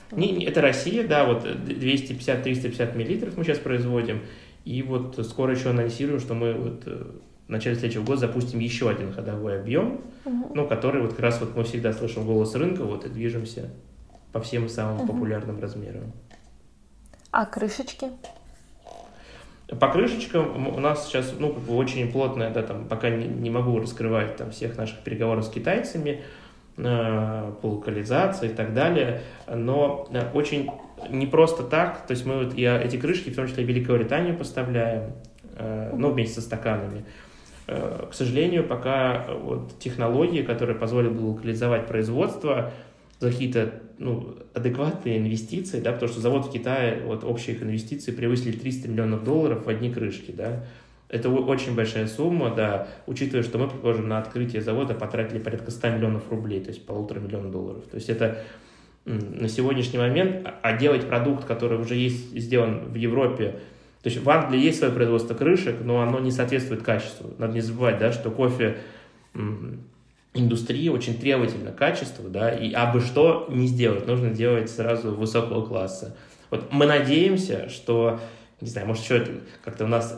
Это Россия, да, вот 250-350 миллилитров мы сейчас производим, и вот скоро еще анонсируем, что мы вот в начале следующего года запустим еще один ходовой объем, ну, который вот как раз вот мы всегда слышим голос рынка, вот и движемся по всем самым популярным размерам. А крышечки? По крышечкам у нас сейчас, ну, как бы очень плотная, да, там, пока не могу раскрывать там всех наших переговоров с китайцами, по локализации и так далее, но очень не просто так, то есть мы вот эти крышки, в том числе в Великобританию, поставляем, ну, вместе со стаканами. К сожалению, пока вот технологии, которые позволят бы локализовать производство за какие-то, ну, адекватные инвестиции, да, потому что завод в Китае, вот общие их инвестиции превысили $300 миллионов в одни крышки, да. Это очень большая сумма, да, учитывая, что мы, предположим, на открытие завода потратили порядка $100 миллионов, то есть $1,5 миллиона. То есть это на сегодняшний момент, а делать продукт, который уже есть сделан в Европе, то есть в Англии есть свое производство крышек, но оно не соответствует качеству. Надо не забывать, да, что кофе индустрия очень требовательна к качеству, да, и абы что не сделать, нужно делать сразу высокого класса. Вот мы надеемся, что, не знаю, может, еще как-то у нас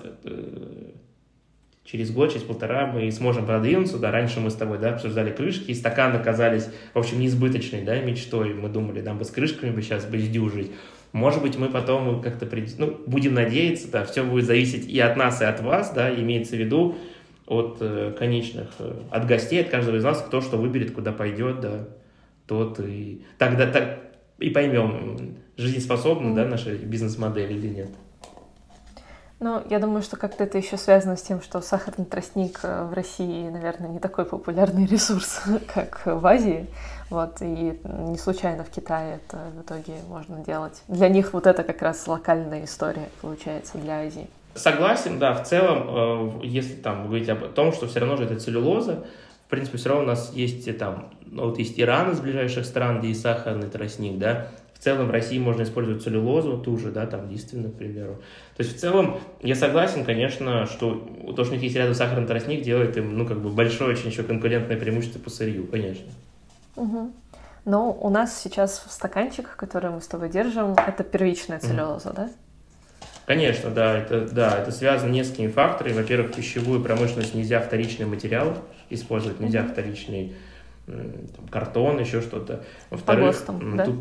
через год, через полтора мы сможем продвинуться, да, раньше мы с тобой, да, обсуждали крышки, и стаканы оказались, в общем, неизбыточной, да, мечтой, мы думали, да, бы с крышками бы сейчас бы сдюжить. Может быть, мы потом как-то, ну, будем надеяться, да, все будет зависеть и от нас, и от вас, да, имеется в виду от конечных, от гостей, от каждого из нас, кто что выберет, куда пойдет, да, тот и тогда так и поймем, жизнеспособна, да, наша бизнес-модель или нет. Ну, я думаю, что как-то это еще связано с тем, что сахарный тростник в России, наверное, не такой популярный ресурс, как в Азии. Вот, и не случайно в Китае это в итоге можно делать. Для них вот это как раз локальная история, получается, для Азии. Согласен, да, в целом, если там говорить об том, что все равно же это целлюлоза, в принципе, все равно у нас есть там, ну, вот есть Иран из ближайших стран, где есть сахарный тростник, да, в целом в России можно использовать целлюлозу ту же, да, там действительно, к примеру. То есть в целом я согласен, конечно, что то, что у них есть рядом сахарный тростник, делает им, ну, как бы большое очень еще конкурентное преимущество по сырью, конечно. Угу. Но у нас сейчас в стаканчиках, которые мы с тобой держим, это первичная целлюлоза, да? Конечно, да, это связано с несколькими факторами. Во-первых, в пищевую промышленность нельзя вторичный материал использовать, нельзя вторичный там, картон, еще что-то. Во-вторых, ГОСТам, да? Тут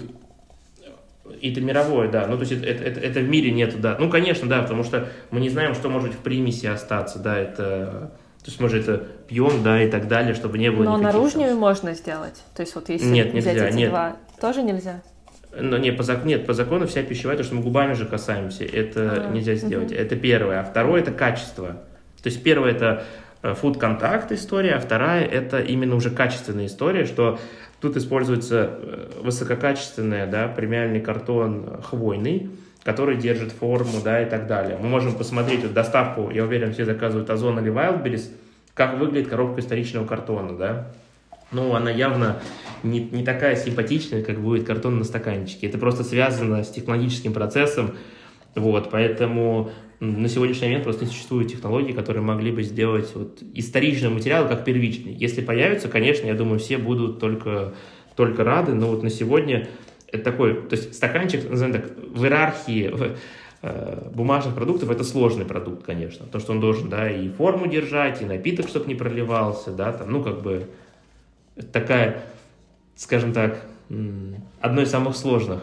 это мировое, да, ну, то есть это в мире нету, да. Ну, конечно, да, потому что мы не знаем, что может в примеси остаться, да, это... То есть мы же это пьем, да, и так далее, чтобы не было никаких... Но наружную там... можно сделать? То есть вот если нет, взять нельзя, эти нет. два, тоже нельзя? Но нет, по закону вся пищевая, то, что мы губами же касаемся, это нельзя сделать. Это первое. А второе – это качество. То есть первое – это food-контакт история, а вторая – это именно уже качественная история, что тут используется высококачественный, да, премиальный картон хвойный, который держит форму, да, и так далее. Мы можем посмотреть вот доставку, я уверен, все заказывают Озон или Wildberries, как выглядит коробка из вторичного картона, да. Ну, она явно не такая симпатичная, как будет картон на стаканчике. Это просто связано с технологическим процессом, вот, поэтому на сегодняшний момент просто не существует технологий, которые могли бы сделать вот из вторичного материала как первичный. Если появятся, конечно, я думаю, все будут только рады, но вот на сегодня это такой, то есть стаканчик, назовем так, в иерархии бумажных продуктов это сложный продукт, конечно, потому что он должен, да, и форму держать, и напиток, чтобы не проливался, да, там, ну, как бы такая, скажем так, одно из самых сложных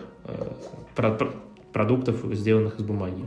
продуктов, сделанных из бумаги.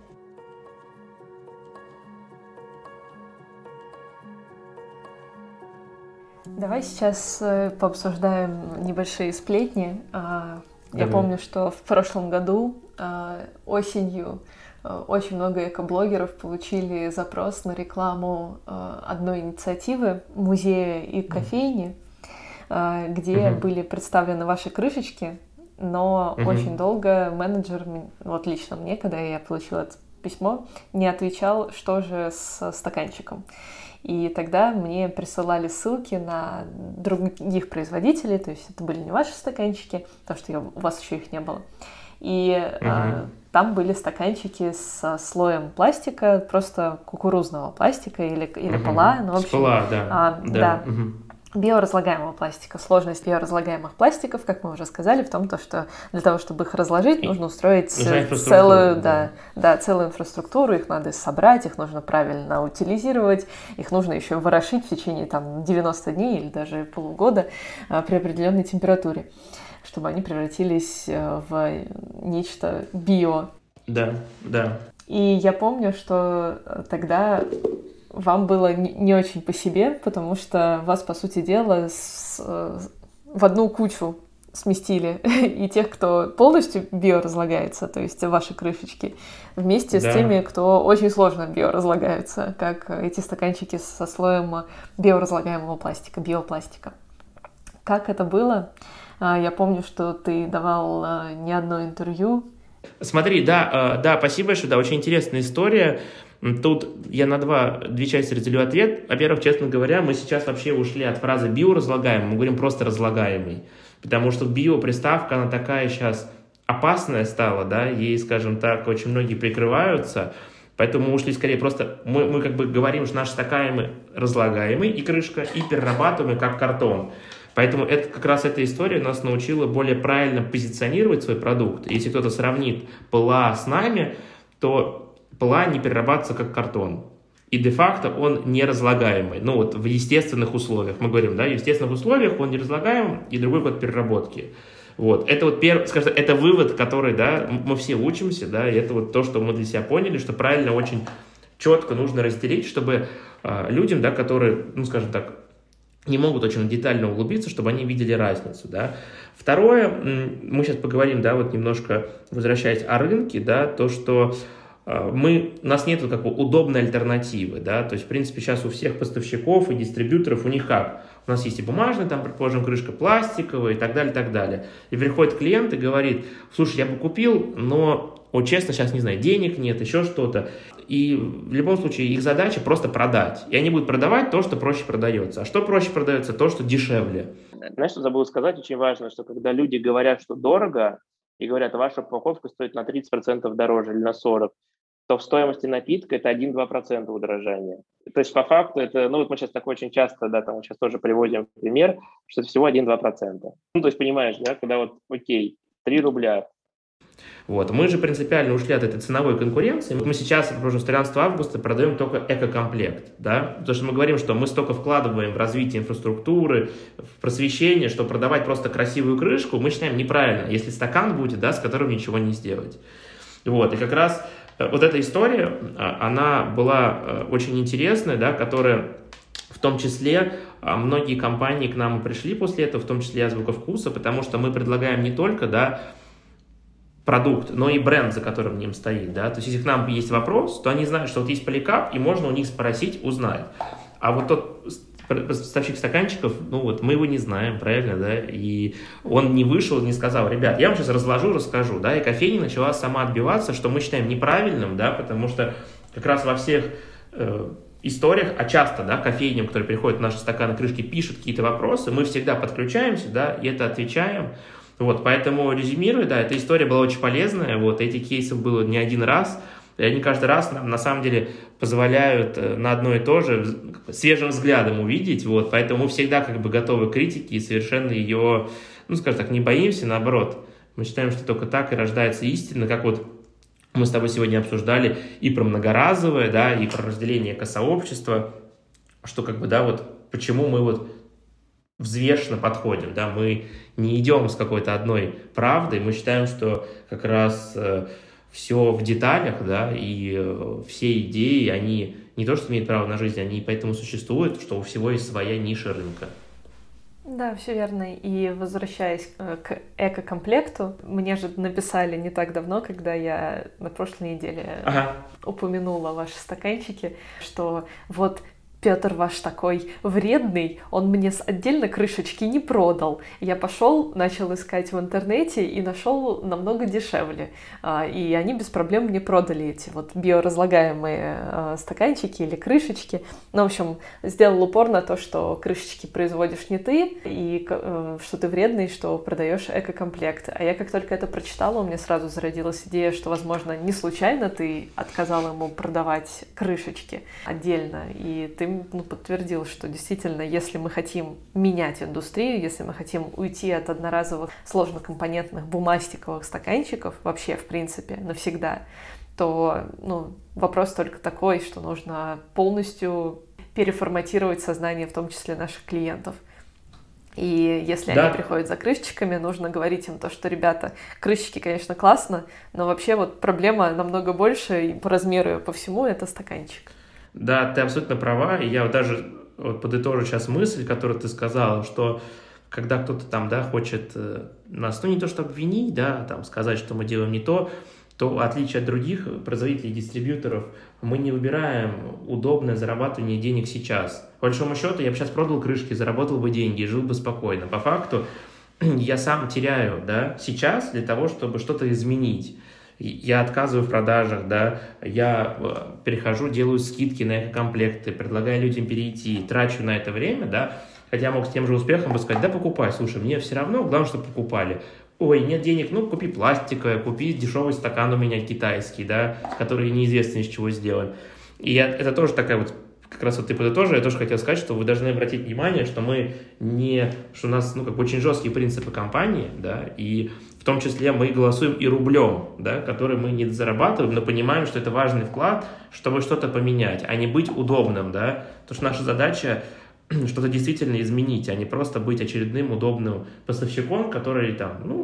Давай сейчас пообсуждаем небольшие сплетни. Я помню, что в прошлом году осенью очень много экоблогеров получили запрос на рекламу одной инициативы, музея и кофейни, где были представлены ваши крышечки, но очень долго менеджер, вот лично мне, когда я получила это письмо, не отвечал, что же с стаканчиком. И тогда мне присылали ссылки на других производителей, то есть это были не ваши стаканчики, потому что у вас еще их не было. И там были стаканчики со слоем пластика, просто кукурузного пластика или пола. Ну, в общем, пола, да. Да. биоразлагаемого пластика. Сложность биоразлагаемых пластиков, как мы уже сказали, в том, что для того, чтобы их разложить, нужно устроить целую инфраструктуру, их надо собрать, их нужно правильно утилизировать, их нужно еще ворошить в течение 90 дней или даже полугода при определенной температуре, чтобы они превратились в нечто био. Да. И я помню, что тогда вам было не очень по себе, потому что вас, по сути дела, в одну кучу сместили и тех, кто полностью биоразлагается, то есть ваши крышечки, вместе с теми, кто очень сложно биоразлагаются, как эти стаканчики со слоем биоразлагаемого пластика, биопластика. Как это было? Я помню, что ты давал не одно интервью. Смотри, да, спасибо большое, да, очень интересная история. Тут я на две части разделю ответ. Во-первых, честно говоря, мы сейчас вообще ушли от фразы биоразлагаемый, мы говорим просто разлагаемый. Потому что биоприставка, она такая сейчас опасная стала, да, ей, скажем так, очень многие прикрываются. Поэтому мы ушли скорее просто, мы как бы говорим, что наш стакан разлагаемый и крышка, и перерабатываемый как картон. Поэтому это, как раз эта история нас научила более правильно позиционировать свой продукт. Если кто-то сравнит ПЛА с нами, то ПЛА не перерабатывается как картон. И де-факто он не разлагаемый. Ну вот в естественных условиях. Мы говорим, да, в естественных условиях он не разлагаем, и другой код переработки. Вот. Это вот скажем, это вывод, который, да, мы все учимся, да, и это вот то, что мы для себя поняли, что правильно очень четко нужно разделить, чтобы людям, да, которые, ну, скажем так, не могут очень детально углубиться, чтобы они видели разницу, да. Второе, мы сейчас поговорим, да, вот немножко возвращаясь о рынке, да, то, что у нас нет как бы удобной альтернативы, да, то есть, в принципе, сейчас у всех поставщиков и дистрибьюторов у них как? У нас есть и бумажная, там, предположим, крышка пластиковая и так далее, и так далее. И приходит клиент и говорит, слушай, я бы купил, но, вот честно, сейчас, не знаю, денег нет, еще что-то. И в любом случае их задача просто продать. И они будут продавать то, что проще продается. А что проще продается? То, что дешевле. Знаешь, что забыл сказать? Очень важно, что когда люди говорят, что дорого, и говорят, ваша упаковка стоит на 30% дороже или на 40%, то в стоимости напитка это 1-2% удорожания. То есть по факту это, ну вот мы сейчас такое очень часто, да, там сейчас тоже приводим пример, что это всего 1-2%. Ну то есть понимаешь, да, когда вот, окей, 3 рубля. Вот. Мы же принципиально ушли от этой ценовой конкуренции. Мы сейчас, например, с 13 августа продаем только экокомплект. Да? Потому что мы говорим, что мы столько вкладываем в развитие инфраструктуры, в просвещение, что продавать просто красивую крышку мы считаем неправильно, если стакан будет, да, с которым ничего не сделать. Вот. И как раз вот эта история, она была очень интересная, да, которая в том числе многие компании к нам пришли после этого, в том числе Азбука Вкуса, потому что мы предлагаем не только, да, продукт, но и бренд, за которым ним стоит, да, то есть если к нам есть вопрос, то они знают, что вот есть Polycup, и можно у них спросить, узнать. А вот тот поставщик стаканчиков, ну вот мы его не знаем, правильно, да, и он не вышел, не сказал, ребят, я вам сейчас разложу, расскажу, да, и кофейня начала сама отбиваться, что мы считаем неправильным, да, потому что как раз во всех историях, а часто, да, кофейням, которые приходят в наши стаканы, крышки, пишут какие-то вопросы, мы всегда подключаемся, да, и это отвечаем. Вот, поэтому, резюмируя, да, эта история была очень полезная, вот, этих кейсов было не один раз, и они каждый раз нам, на самом деле, позволяют на одно и то же свежим взглядом увидеть, вот, поэтому мы всегда как бы готовы к критике и совершенно ее, ну, скажем так, не боимся, наоборот, мы считаем, что только так и рождается истина, как вот мы с тобой сегодня обсуждали и про многоразовое, да, и про разделение экосообщества, что как бы, да, вот, почему мы вот взвешенно подходим, да, мы не идем с какой-то одной правдой, мы считаем, что как раз все в деталях, да, и все идеи, они не то, что имеют право на жизнь, они поэтому существуют, что у всего есть своя ниша рынка. Да, все верно. И возвращаясь к эко-комплекту, мне же написали не так давно, когда я на прошлой неделе упомянула ваши стаканчики, что вот Петр ваш такой вредный, он мне отдельно крышечки не продал. Я пошел, начал искать в интернете и нашел намного дешевле. И они без проблем мне продали эти вот биоразлагаемые стаканчики или крышечки. Ну, в общем, сделал упор на то, что крышечки производишь не ты, и что ты вредный, что продаешь эко-комплект. А я как только это прочитала, у меня сразу зародилась идея, что, возможно, не случайно ты отказал ему продавать крышечки отдельно, и ты подтвердил, что действительно, если мы хотим менять индустрию, если мы хотим уйти от одноразовых сложнокомпонентных бумастиковых стаканчиков вообще, в принципе, навсегда, то вопрос только такой, что нужно полностью переформатировать сознание, в том числе наших клиентов. И если они приходят за крышечками, нужно говорить им то, что, ребята, крышечки, конечно, классно, но вообще вот проблема намного больше, и по размеру, и по всему это стаканчик. Да, ты абсолютно права, и я вот даже подытожу сейчас мысль, которую ты сказала, что когда кто-то там, хочет нас, не то что обвинить, сказать, что мы делаем не то, то в отличие от других производителей и дистрибьюторов, мы не выбираем удобное зарабатывание денег сейчас. По большому счету, я бы сейчас продал крышки, заработал бы деньги и жил бы спокойно. По факту, я сам теряю, сейчас для того, чтобы что-то изменить. Я отказываю в продажах, я перехожу, делаю скидки на экокомплекты, предлагаю людям перейти, трачу на это время, хотя мог с тем же успехом бы сказать, покупай, слушай, мне все равно, главное, чтобы покупали. Ой, нет денег, купи пластиковое, купи дешевый стакан у меня китайский, который неизвестно из чего сделан. И это тоже такая вот, как раз вот ты подытожил, я тоже хотел сказать, что вы должны обратить внимание, что что у нас, очень жесткие принципы компании, и в том числе мы голосуем и рублем, который мы не зарабатываем, но понимаем, что это важный вклад, чтобы что-то поменять, а не быть удобным, потому что наша задача что-то действительно изменить, а не просто быть очередным удобным поставщиком, который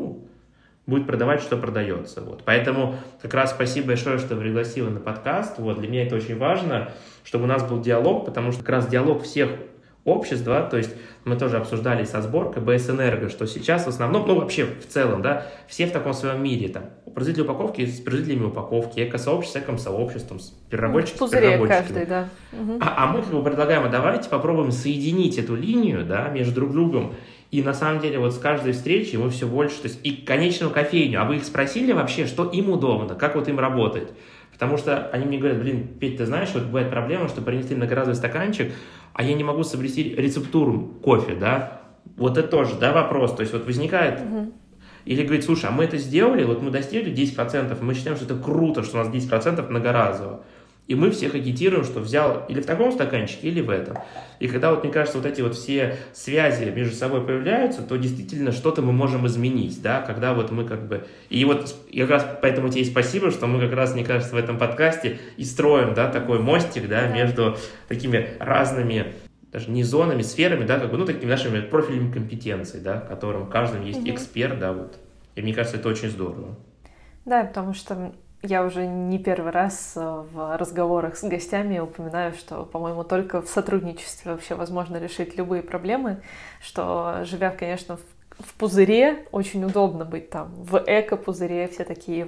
будет продавать, что продается. Поэтому как раз спасибо большое, что пригласила на подкаст. Для меня это очень важно, чтобы у нас был диалог, потому что как раз диалог всех обществ, то есть мы тоже обсуждали со сборкой БС Энерго, что сейчас в основном, вообще в целом, все в таком своем мире, производители упаковки с производителями упаковки, экосообщество с экосообществом, с переработчиками с переработчиками. Каждый, А мы предлагаем, давайте попробуем соединить эту линию, между друг другом, и на самом деле с каждой встречи мы все больше, то есть и конечную кофейню, а вы их спросили вообще, что им удобно, как им работать? Потому что они мне говорят, Петь, ты знаешь, бывает проблема, что принесли многоразовый стаканчик, а я не могу соблюсти рецептуру кофе, это тоже, вопрос, то есть возникает, или говорит, слушай, а мы это сделали, мы достигли 10%, мы считаем, что это круто, что у нас 10% многоразово, и мы всех агитируем, что взял или в таком стаканчике, или в этом. И когда, мне кажется, эти все связи между собой появляются, то действительно что-то мы можем изменить, когда мы И я как раз поэтому тебе и спасибо, что мы как раз, мне кажется, в этом подкасте и строим, такой мостик, между такими разными, даже не зонами, сферами, такими нашими профилями компетенций, в котором в каждом есть эксперт, И мне кажется, это очень здорово. Да, потому что я уже не первый раз в разговорах с гостями упоминаю, что, по-моему, только в сотрудничестве вообще возможно решить любые проблемы, что, живя, конечно, в пузыре, очень удобно быть в эко-пузыре, все такие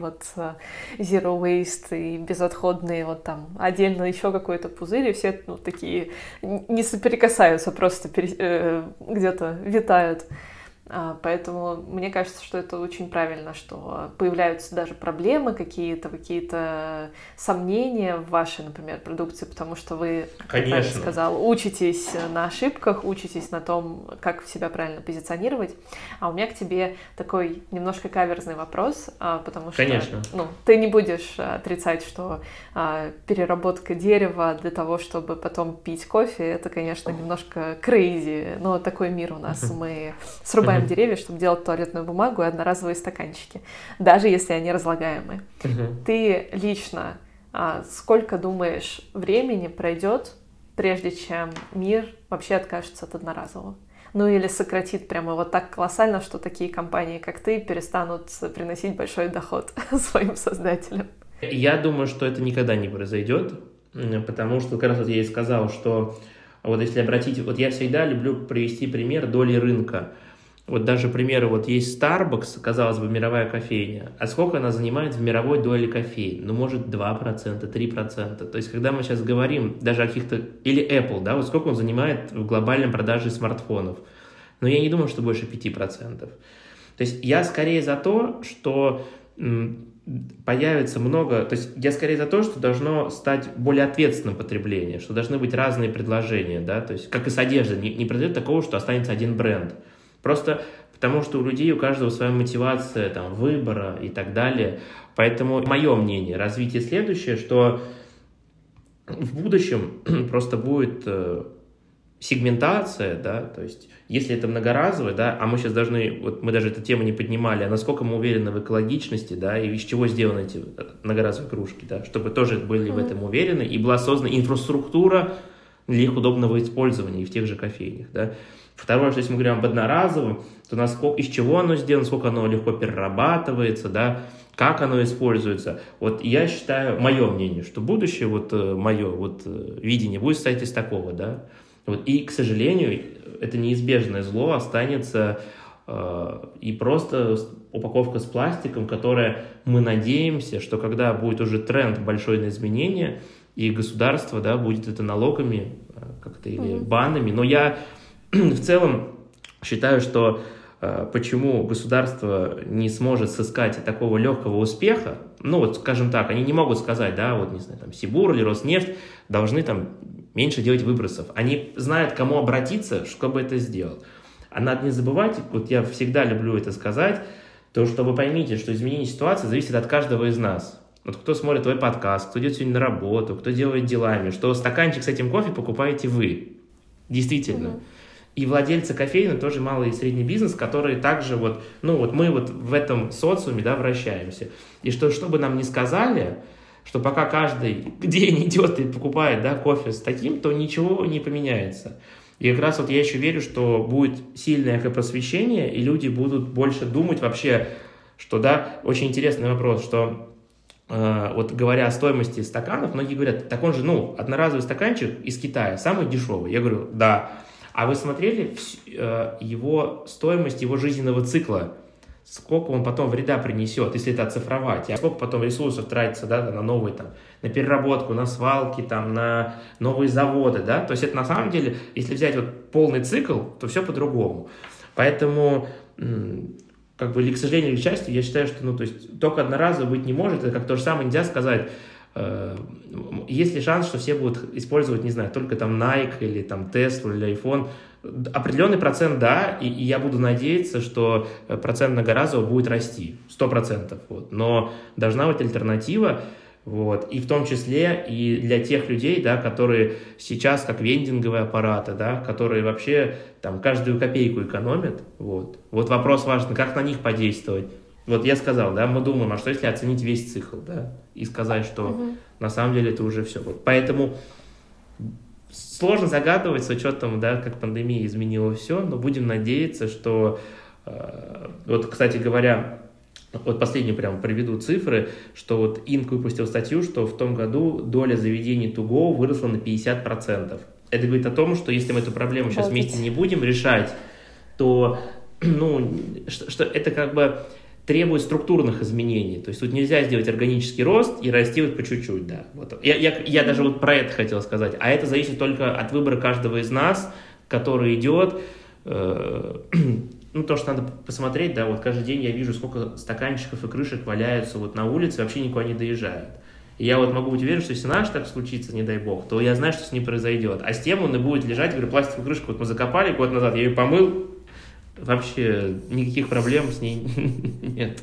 zero waste и безотходные, отдельно еще какой-то пузырь, и все такие не соприкасаются, просто где-то витают. Поэтому мне кажется, что это очень правильно, что появляются даже проблемы, какие-то сомнения в вашей, например, продукции, потому что вы, как я сказала, учитесь на ошибках, учитесь на том, как себя правильно позиционировать. А у меня к тебе такой немножко каверзный вопрос, потому что ты не будешь отрицать, что переработка дерева для того, чтобы потом пить кофе, это, конечно, немножко crazy, но такой мир у нас. Мы срубаем деревья, чтобы делать туалетную бумагу и одноразовые стаканчики, даже если они разлагаемые. Ты лично сколько думаешь времени пройдет, прежде чем мир вообще откажется от одноразового? Или сократит прямо так колоссально, что такие компании, как ты, перестанут приносить большой доход своим создателям? Я думаю, что это никогда не произойдет, потому что как раз я и сказал, что если обратить, я всегда люблю привести пример доли рынка. Даже, к примеру, есть Starbucks, казалось бы, мировая кофейня. А сколько она занимает в мировой доле кофеин? Может, 2%, 3%. То есть, когда мы сейчас говорим даже о каких-то... Или Apple, сколько он занимает в глобальной продаже смартфонов? Я не думаю, что больше 5%. То есть, я скорее за то, что появится много... То есть, я скорее за то, что должно стать более ответственным потребление, что должны быть разные предложения, То есть, как и с одеждой. Не произойдет такого, что останется один бренд. Просто потому, что у людей, у каждого своя мотивация, выбора и так далее. Поэтому мое мнение, развитие следующее, что в будущем просто будет сегментация, да, то есть если это многоразовое, да, а мы сейчас должны, вот мы даже эту тему не поднимали, а насколько мы уверены в экологичности, да, и из чего сделаны эти многоразовые кружки, да, чтобы тоже были в этом уверены, и была создана инфраструктура для их удобного использования и в тех же кофейнях, да. Второе, что если мы говорим об одноразовом, то насколько, из чего оно сделано, сколько оно легко перерабатывается, да, как оно используется. Вот я считаю, мое мнение, что будущее, вот мое вот видение будет состоять из такого, да. Вот, и, к сожалению, это неизбежное зло останется и просто упаковка с пластиком, которая, мы надеемся, что когда будет уже тренд большой на изменения, и государство, да, будет это налогами как-то или банами. Но я в целом считаю, что почему государство не сможет сыскать такого легкого успеха, ну вот, скажем так, они не могут сказать, да, вот, не знаю, там, Сибур или Роснефть должны там меньше делать выбросов. Они знают, к кому обратиться, чтобы это сделать. А надо не забывать, вот я всегда люблю это сказать, то, что вы поймите, что изменение ситуации зависит от каждого из нас. Вот кто смотрит твой подкаст, кто идет сегодня на работу, кто делает делами, что стаканчик с этим кофе покупаете вы. Действительно. И владельцы кофейни тоже малый и средний бизнес, которые также вот, ну вот мы вот в этом социуме, да, вращаемся. И что бы нам ни сказали, что пока каждый день идет и покупает, да, кофе с таким, то ничего не поменяется. И как раз вот я еще верю, что будет сильное экопросвещение, и люди будут больше думать вообще, что, да, очень интересный вопрос, что вот говоря о стоимости стаканов, многие говорят, так он же, ну, одноразовый стаканчик из Китая, самый дешевый. Я говорю, да. А вы смотрели его стоимость, его жизненного цикла? Сколько он потом вреда принесет, если это оцифровать? А сколько потом ресурсов тратится, да, на новые, там, на переработку, на свалки, там, на новые заводы, да? То есть это на самом деле, если взять вот полный цикл, то все по-другому. Поэтому, как бы, или к сожалению, или к счастью, я считаю, что, ну, то есть только одноразово быть не может. Это как то же самое нельзя сказать. Есть ли шанс, что все будут использовать, не знаю, только там Nike или там Tesla или iPhone? Определенный процент, да, и я буду надеяться, что процент многоразового будет расти, 100%. Вот. Но должна быть альтернатива, вот, и в том числе и для тех людей, да, которые сейчас как вендинговые аппараты, да, которые вообще там каждую копейку экономят. Вот. Вот вопрос важный, как на них подействовать. Вот я сказал, да, мы думаем, а что если оценить весь цикл, да, и сказать, что на самом деле это уже все. Вот. Поэтому сложно загадывать с учетом, да, как пандемия изменила все, но будем надеяться, что, вот, кстати говоря, вот последнюю прям приведу цифры, что вот Инк выпустил статью, что в том году доля заведений to go выросла на 50%. Это говорит о том, что если мы эту проблему сейчас вместе не будем решать, то, ну, что это как бы требует структурных изменений. То есть тут нельзя сделать органический рост и расти вот по чуть-чуть, да. Вот. Я даже вот про это хотел сказать. А это зависит только от выбора каждого из нас, который идет. Ну, то, что надо посмотреть, да, вот каждый день я вижу, сколько стаканчиков и крышек валяются вот на улице, вообще никуда не доезжают. И я вот могу быть уверен, что если наш так случится, не дай бог, то я знаю, что с ним произойдет. А с тем он и будет лежать, говорю, пластиковую крышку вот мы закопали год назад, я ее помыл, вообще никаких проблем с ней нет.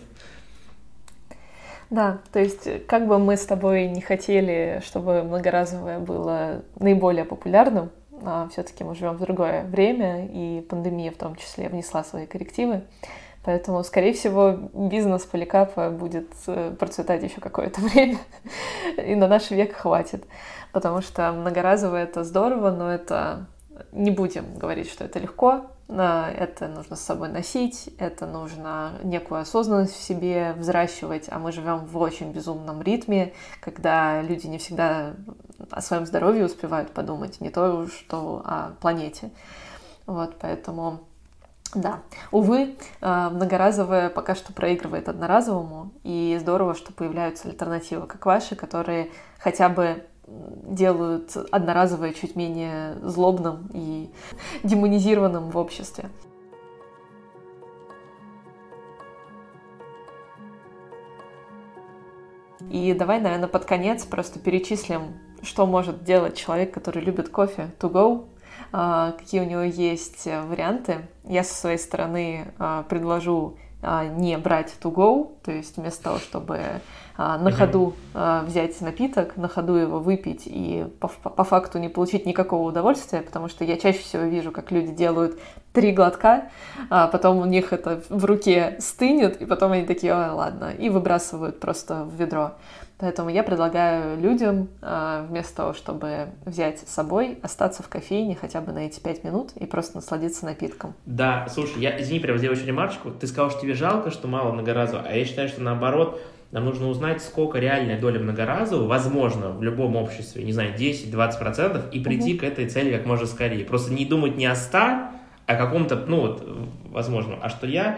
Да, то есть как бы мы с тобой не хотели, чтобы многоразовое было наиболее популярным, все-таки мы живем в другое время, и пандемия в том числе внесла свои коррективы, поэтому, скорее всего, бизнес Поликапа будет процветать еще какое-то время, и на наш век хватит, потому что многоразовое — это здорово, но это не будем говорить, что это легко. Это нужно с собой носить, это нужно некую осознанность в себе взращивать, а мы живем в очень безумном ритме, когда люди не всегда о своем здоровье успевают подумать, не то что о планете. Вот, поэтому, да, увы, многоразовое пока что проигрывает одноразовому, и здорово, что появляются альтернативы, как ваши, которые хотя бы делают одноразовое чуть менее злобным и демонизированным в обществе. И давай, наверное, под конец просто перечислим, что может делать человек, который любит кофе to go, какие у него есть варианты. Я со своей стороны предложу не брать to go, то есть вместо того, чтобы на ходу взять напиток, на ходу его выпить и по факту не получить никакого удовольствия, потому что я чаще всего вижу, как люди делают 3 глотка, а потом у них это в руке стынет, и потом они такие: ой, ладно, и выбрасывают просто в ведро. Поэтому я предлагаю людям вместо того, чтобы взять с собой, остаться в кофейне хотя бы на эти 5 минут и просто насладиться напитком. Да, слушай, извини, прям сделаю еще ремарочку. Ты сказал, что тебе жалко, что мало многоразового, а я считаю, что наоборот, нам нужно узнать, сколько реальная доля многоразового возможно в любом обществе, не знаю, 10-20%, и прийти к этой цели как можно скорее. Просто не думать не о 100, а о каком-то, возможно. А что я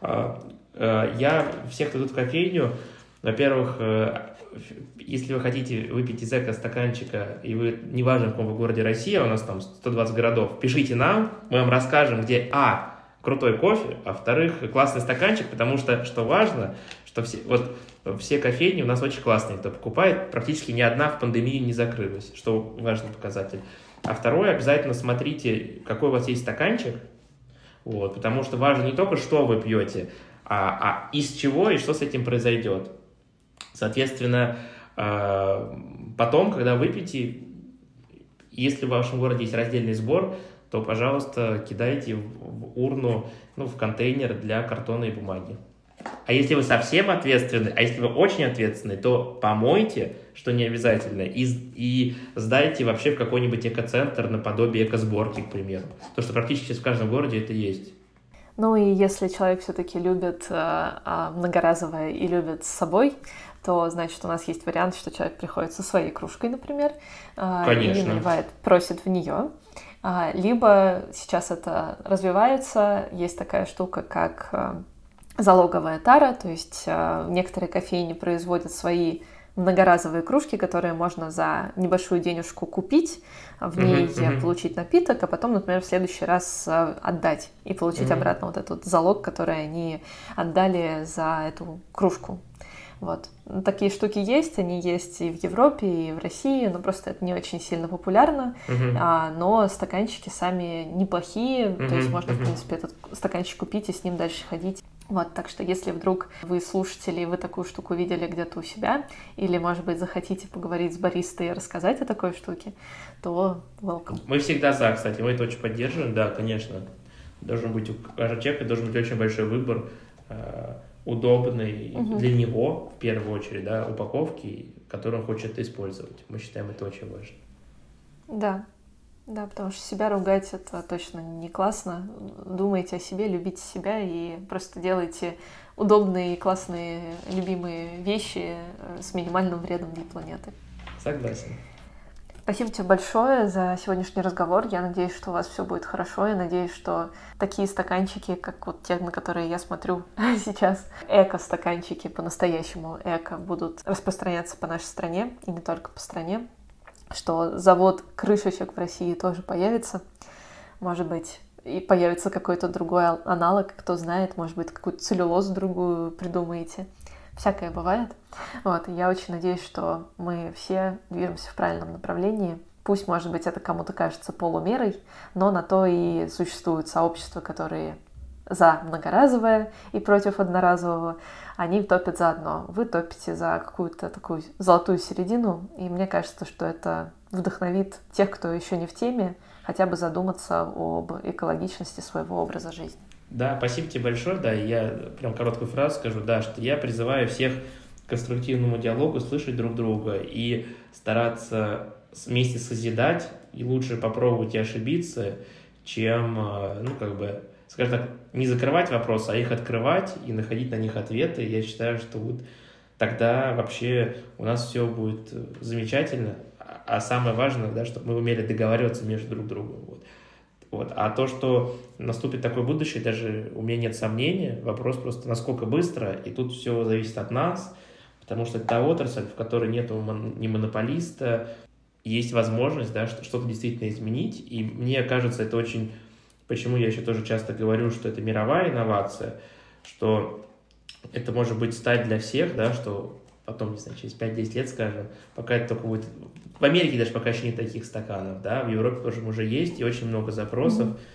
всех, кто идут в кофейню, во-первых, если вы хотите выпить из эко-стаканчика, и вы, неважно, в каком вы городе России, у нас там 120 городов, пишите нам, мы вам расскажем, где, крутой кофе, а во-вторых, классный стаканчик, потому что, что важно, что все кофейни у нас очень классные, кто покупает, практически ни одна в пандемии не закрылась, что важный показатель. А второе, обязательно смотрите, какой у вас есть стаканчик, потому что важно не только, что вы пьете, а из чего и что с этим произойдет. Соответственно, потом, когда выпьете, если в вашем городе есть раздельный сбор, то, пожалуйста, кидайте в урну, в контейнер для картона и бумаги. А если вы совсем ответственны, а если вы очень ответственны, то помойте, что не обязательно, и сдайте вообще в какой-нибудь экоцентр наподобие экосборки, к примеру. Потому что практически в каждом городе это есть. Ну и если человек все-таки любит многоразовое и любит с собой, то, значит, у нас есть вариант, что человек приходит со своей кружкой, например, и наливает, просит в нее. Либо сейчас это развивается, есть такая штука, как залоговая тара, то есть некоторые кофейни производят свои многоразовые кружки, которые можно за небольшую денежку купить, в ней получить напиток, а потом, например, в следующий раз отдать и получить обратно вот этот залог, который они отдали за эту кружку. Такие штуки есть, они есть и в Европе, и в России, но просто это не очень сильно популярно, но стаканчики сами неплохие, то есть можно, в принципе, этот стаканчик купить и с ним дальше ходить. Так что если вдруг вы слушатели, и вы такую штуку видели где-то у себя, или, может быть, захотите поговорить с баристой и рассказать о такой штуке, то welcome. Мы всегда за, кстати, мы это очень поддерживаем, да, конечно. Должен быть у каждого человека должен быть очень большой выбор, удобный для него, в первую очередь, да, упаковки, которую он хочет использовать. Мы считаем это очень важно. Да, потому что себя ругать — это точно не классно. Думайте о себе, любите себя и просто делайте удобные, классные, любимые вещи с минимальным вредом для планеты. Согласен. Спасибо тебе большое за сегодняшний разговор. Я надеюсь, что у вас все будет хорошо. Я надеюсь, что такие стаканчики, как те, на которые я смотрю сейчас, эко-стаканчики, по-настоящему эко, будут распространяться по нашей стране, и не только по стране, что завод крышечек в России тоже появится. Может быть, и появится какой-то другой аналог, кто знает, может быть, какую-то целлюлозу другую придумаете. Всякое бывает. Я очень надеюсь, что мы все движемся в правильном направлении. Пусть, может быть, это кому-то кажется полумерой, но на то и существуют сообщества, которые за многоразовое и против одноразового. Они топят за одно. Вы топите за какую-то такую золотую середину, и мне кажется, что это вдохновит тех, кто еще не в теме, хотя бы задуматься об экологичности своего образа жизни. Да, спасибо тебе большое. Да, я прям короткую фразу скажу, да, что я призываю всех к конструктивному диалогу, слышать друг друга и стараться вместе созидать, и лучше попробовать и ошибиться, чем, скажем так, не закрывать вопросы, а их открывать и находить на них ответы. Я считаю, что тогда вообще у нас все будет замечательно, а самое важное, да, чтобы мы умели договариваться между друг другом. А то, что наступит такое будущее, даже у меня нет сомнения. Вопрос просто, насколько быстро, и тут все зависит от нас, потому что это та отрасль, в которой нет ни монополиста, есть возможность, да, что-то действительно изменить, и мне кажется, это очень... Почему я еще тоже часто говорю, что это мировая инновация, что это может быть стать для всех, да, что потом, не знаю, через 5-10 лет, скажем, пока это только будет... В Америке даже пока еще нет таких стаканов, да, в Европе тоже уже есть, и очень много запросов,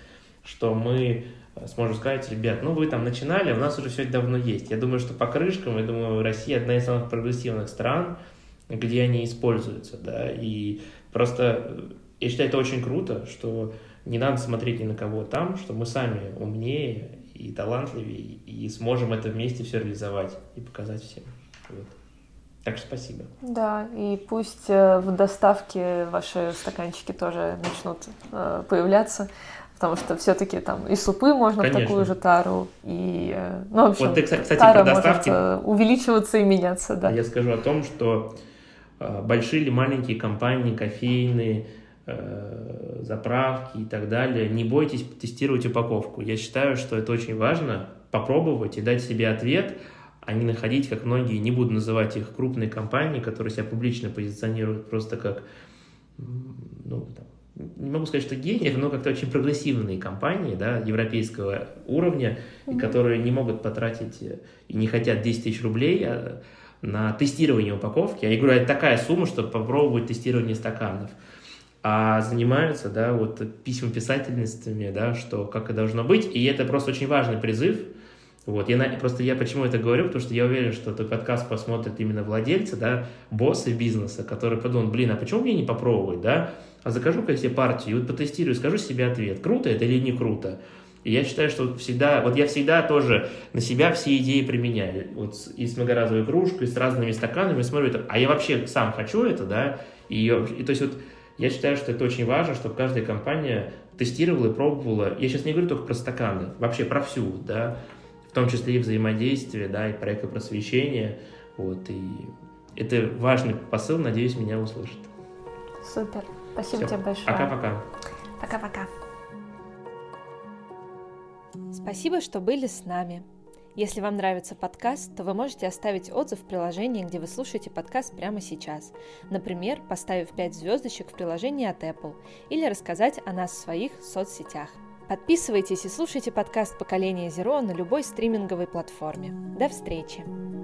что мы сможем сказать: ребят, ну вы там начинали, у нас уже все это давно есть. Я думаю, что по крышкам, я думаю, Россия одна из самых прогрессивных стран, где они используются, да, и просто я считаю, это очень круто, что не надо смотреть ни на кого там, что мы сами умнее и талантливее, и сможем это вместе все реализовать и показать всем. Вот. Так что спасибо. Да, и пусть в доставке ваши стаканчики тоже начнут появляться, потому что все-таки там и супы можно в такую же тару, и, ну, в общем, вот ты, кстати, тара про доставки может увеличиваться и меняться, да. Я скажу о том, что большие или маленькие компании, кофейные, заправки и так далее, не бойтесь тестировать упаковку. Я считаю, что это очень важно, попробовать и дать себе ответ, а не находить, как многие, не буду называть их, крупные компании, которые себя публично позиционируют просто как, ну, там, не могу сказать, что гениев, но как-то очень прогрессивные компании, да, европейского уровня, и которые не могут потратить и не хотят 10 тысяч рублей на тестирование упаковки. Я говорю, это такая сумма, чтобы попробовать тестирование стаканов. А занимаются, да, вот письмописательницами, да, что как и должно быть, и это просто очень важный призыв. Вот, я почему это говорю, потому что я уверен, что этот подкаст посмотрят именно владельцы, да, боссы бизнеса, которые подумают: блин, а почему мне не попробовать, да, а закажу-ка я себе партию, и вот потестирую, скажу себе ответ, круто это или не круто. И я считаю, что я всегда тоже на себя все идеи применяю, вот и с многоразовой кружкой, и с разными стаканами, смотрю, а я вообще сам хочу это, да, и то есть вот я считаю, что это очень важно, чтобы каждая компания тестировала и пробовала. Я сейчас не говорю только про стаканы, вообще про всю, да, в том числе и взаимодействие, да, и проекты просвещения. Вот, и это важный посыл, надеюсь, меня услышат. Супер. Спасибо Все. тебе большое. Пока-пока. Пока-пока. Спасибо, что были с нами. Если вам нравится подкаст, то вы можете оставить отзыв в приложении, где вы слушаете подкаст прямо сейчас. Например, поставив 5 звездочек в приложении от Apple или рассказать о нас в своих соцсетях. Подписывайтесь и слушайте подкаст «Поколение Zero» на любой стриминговой платформе. До встречи!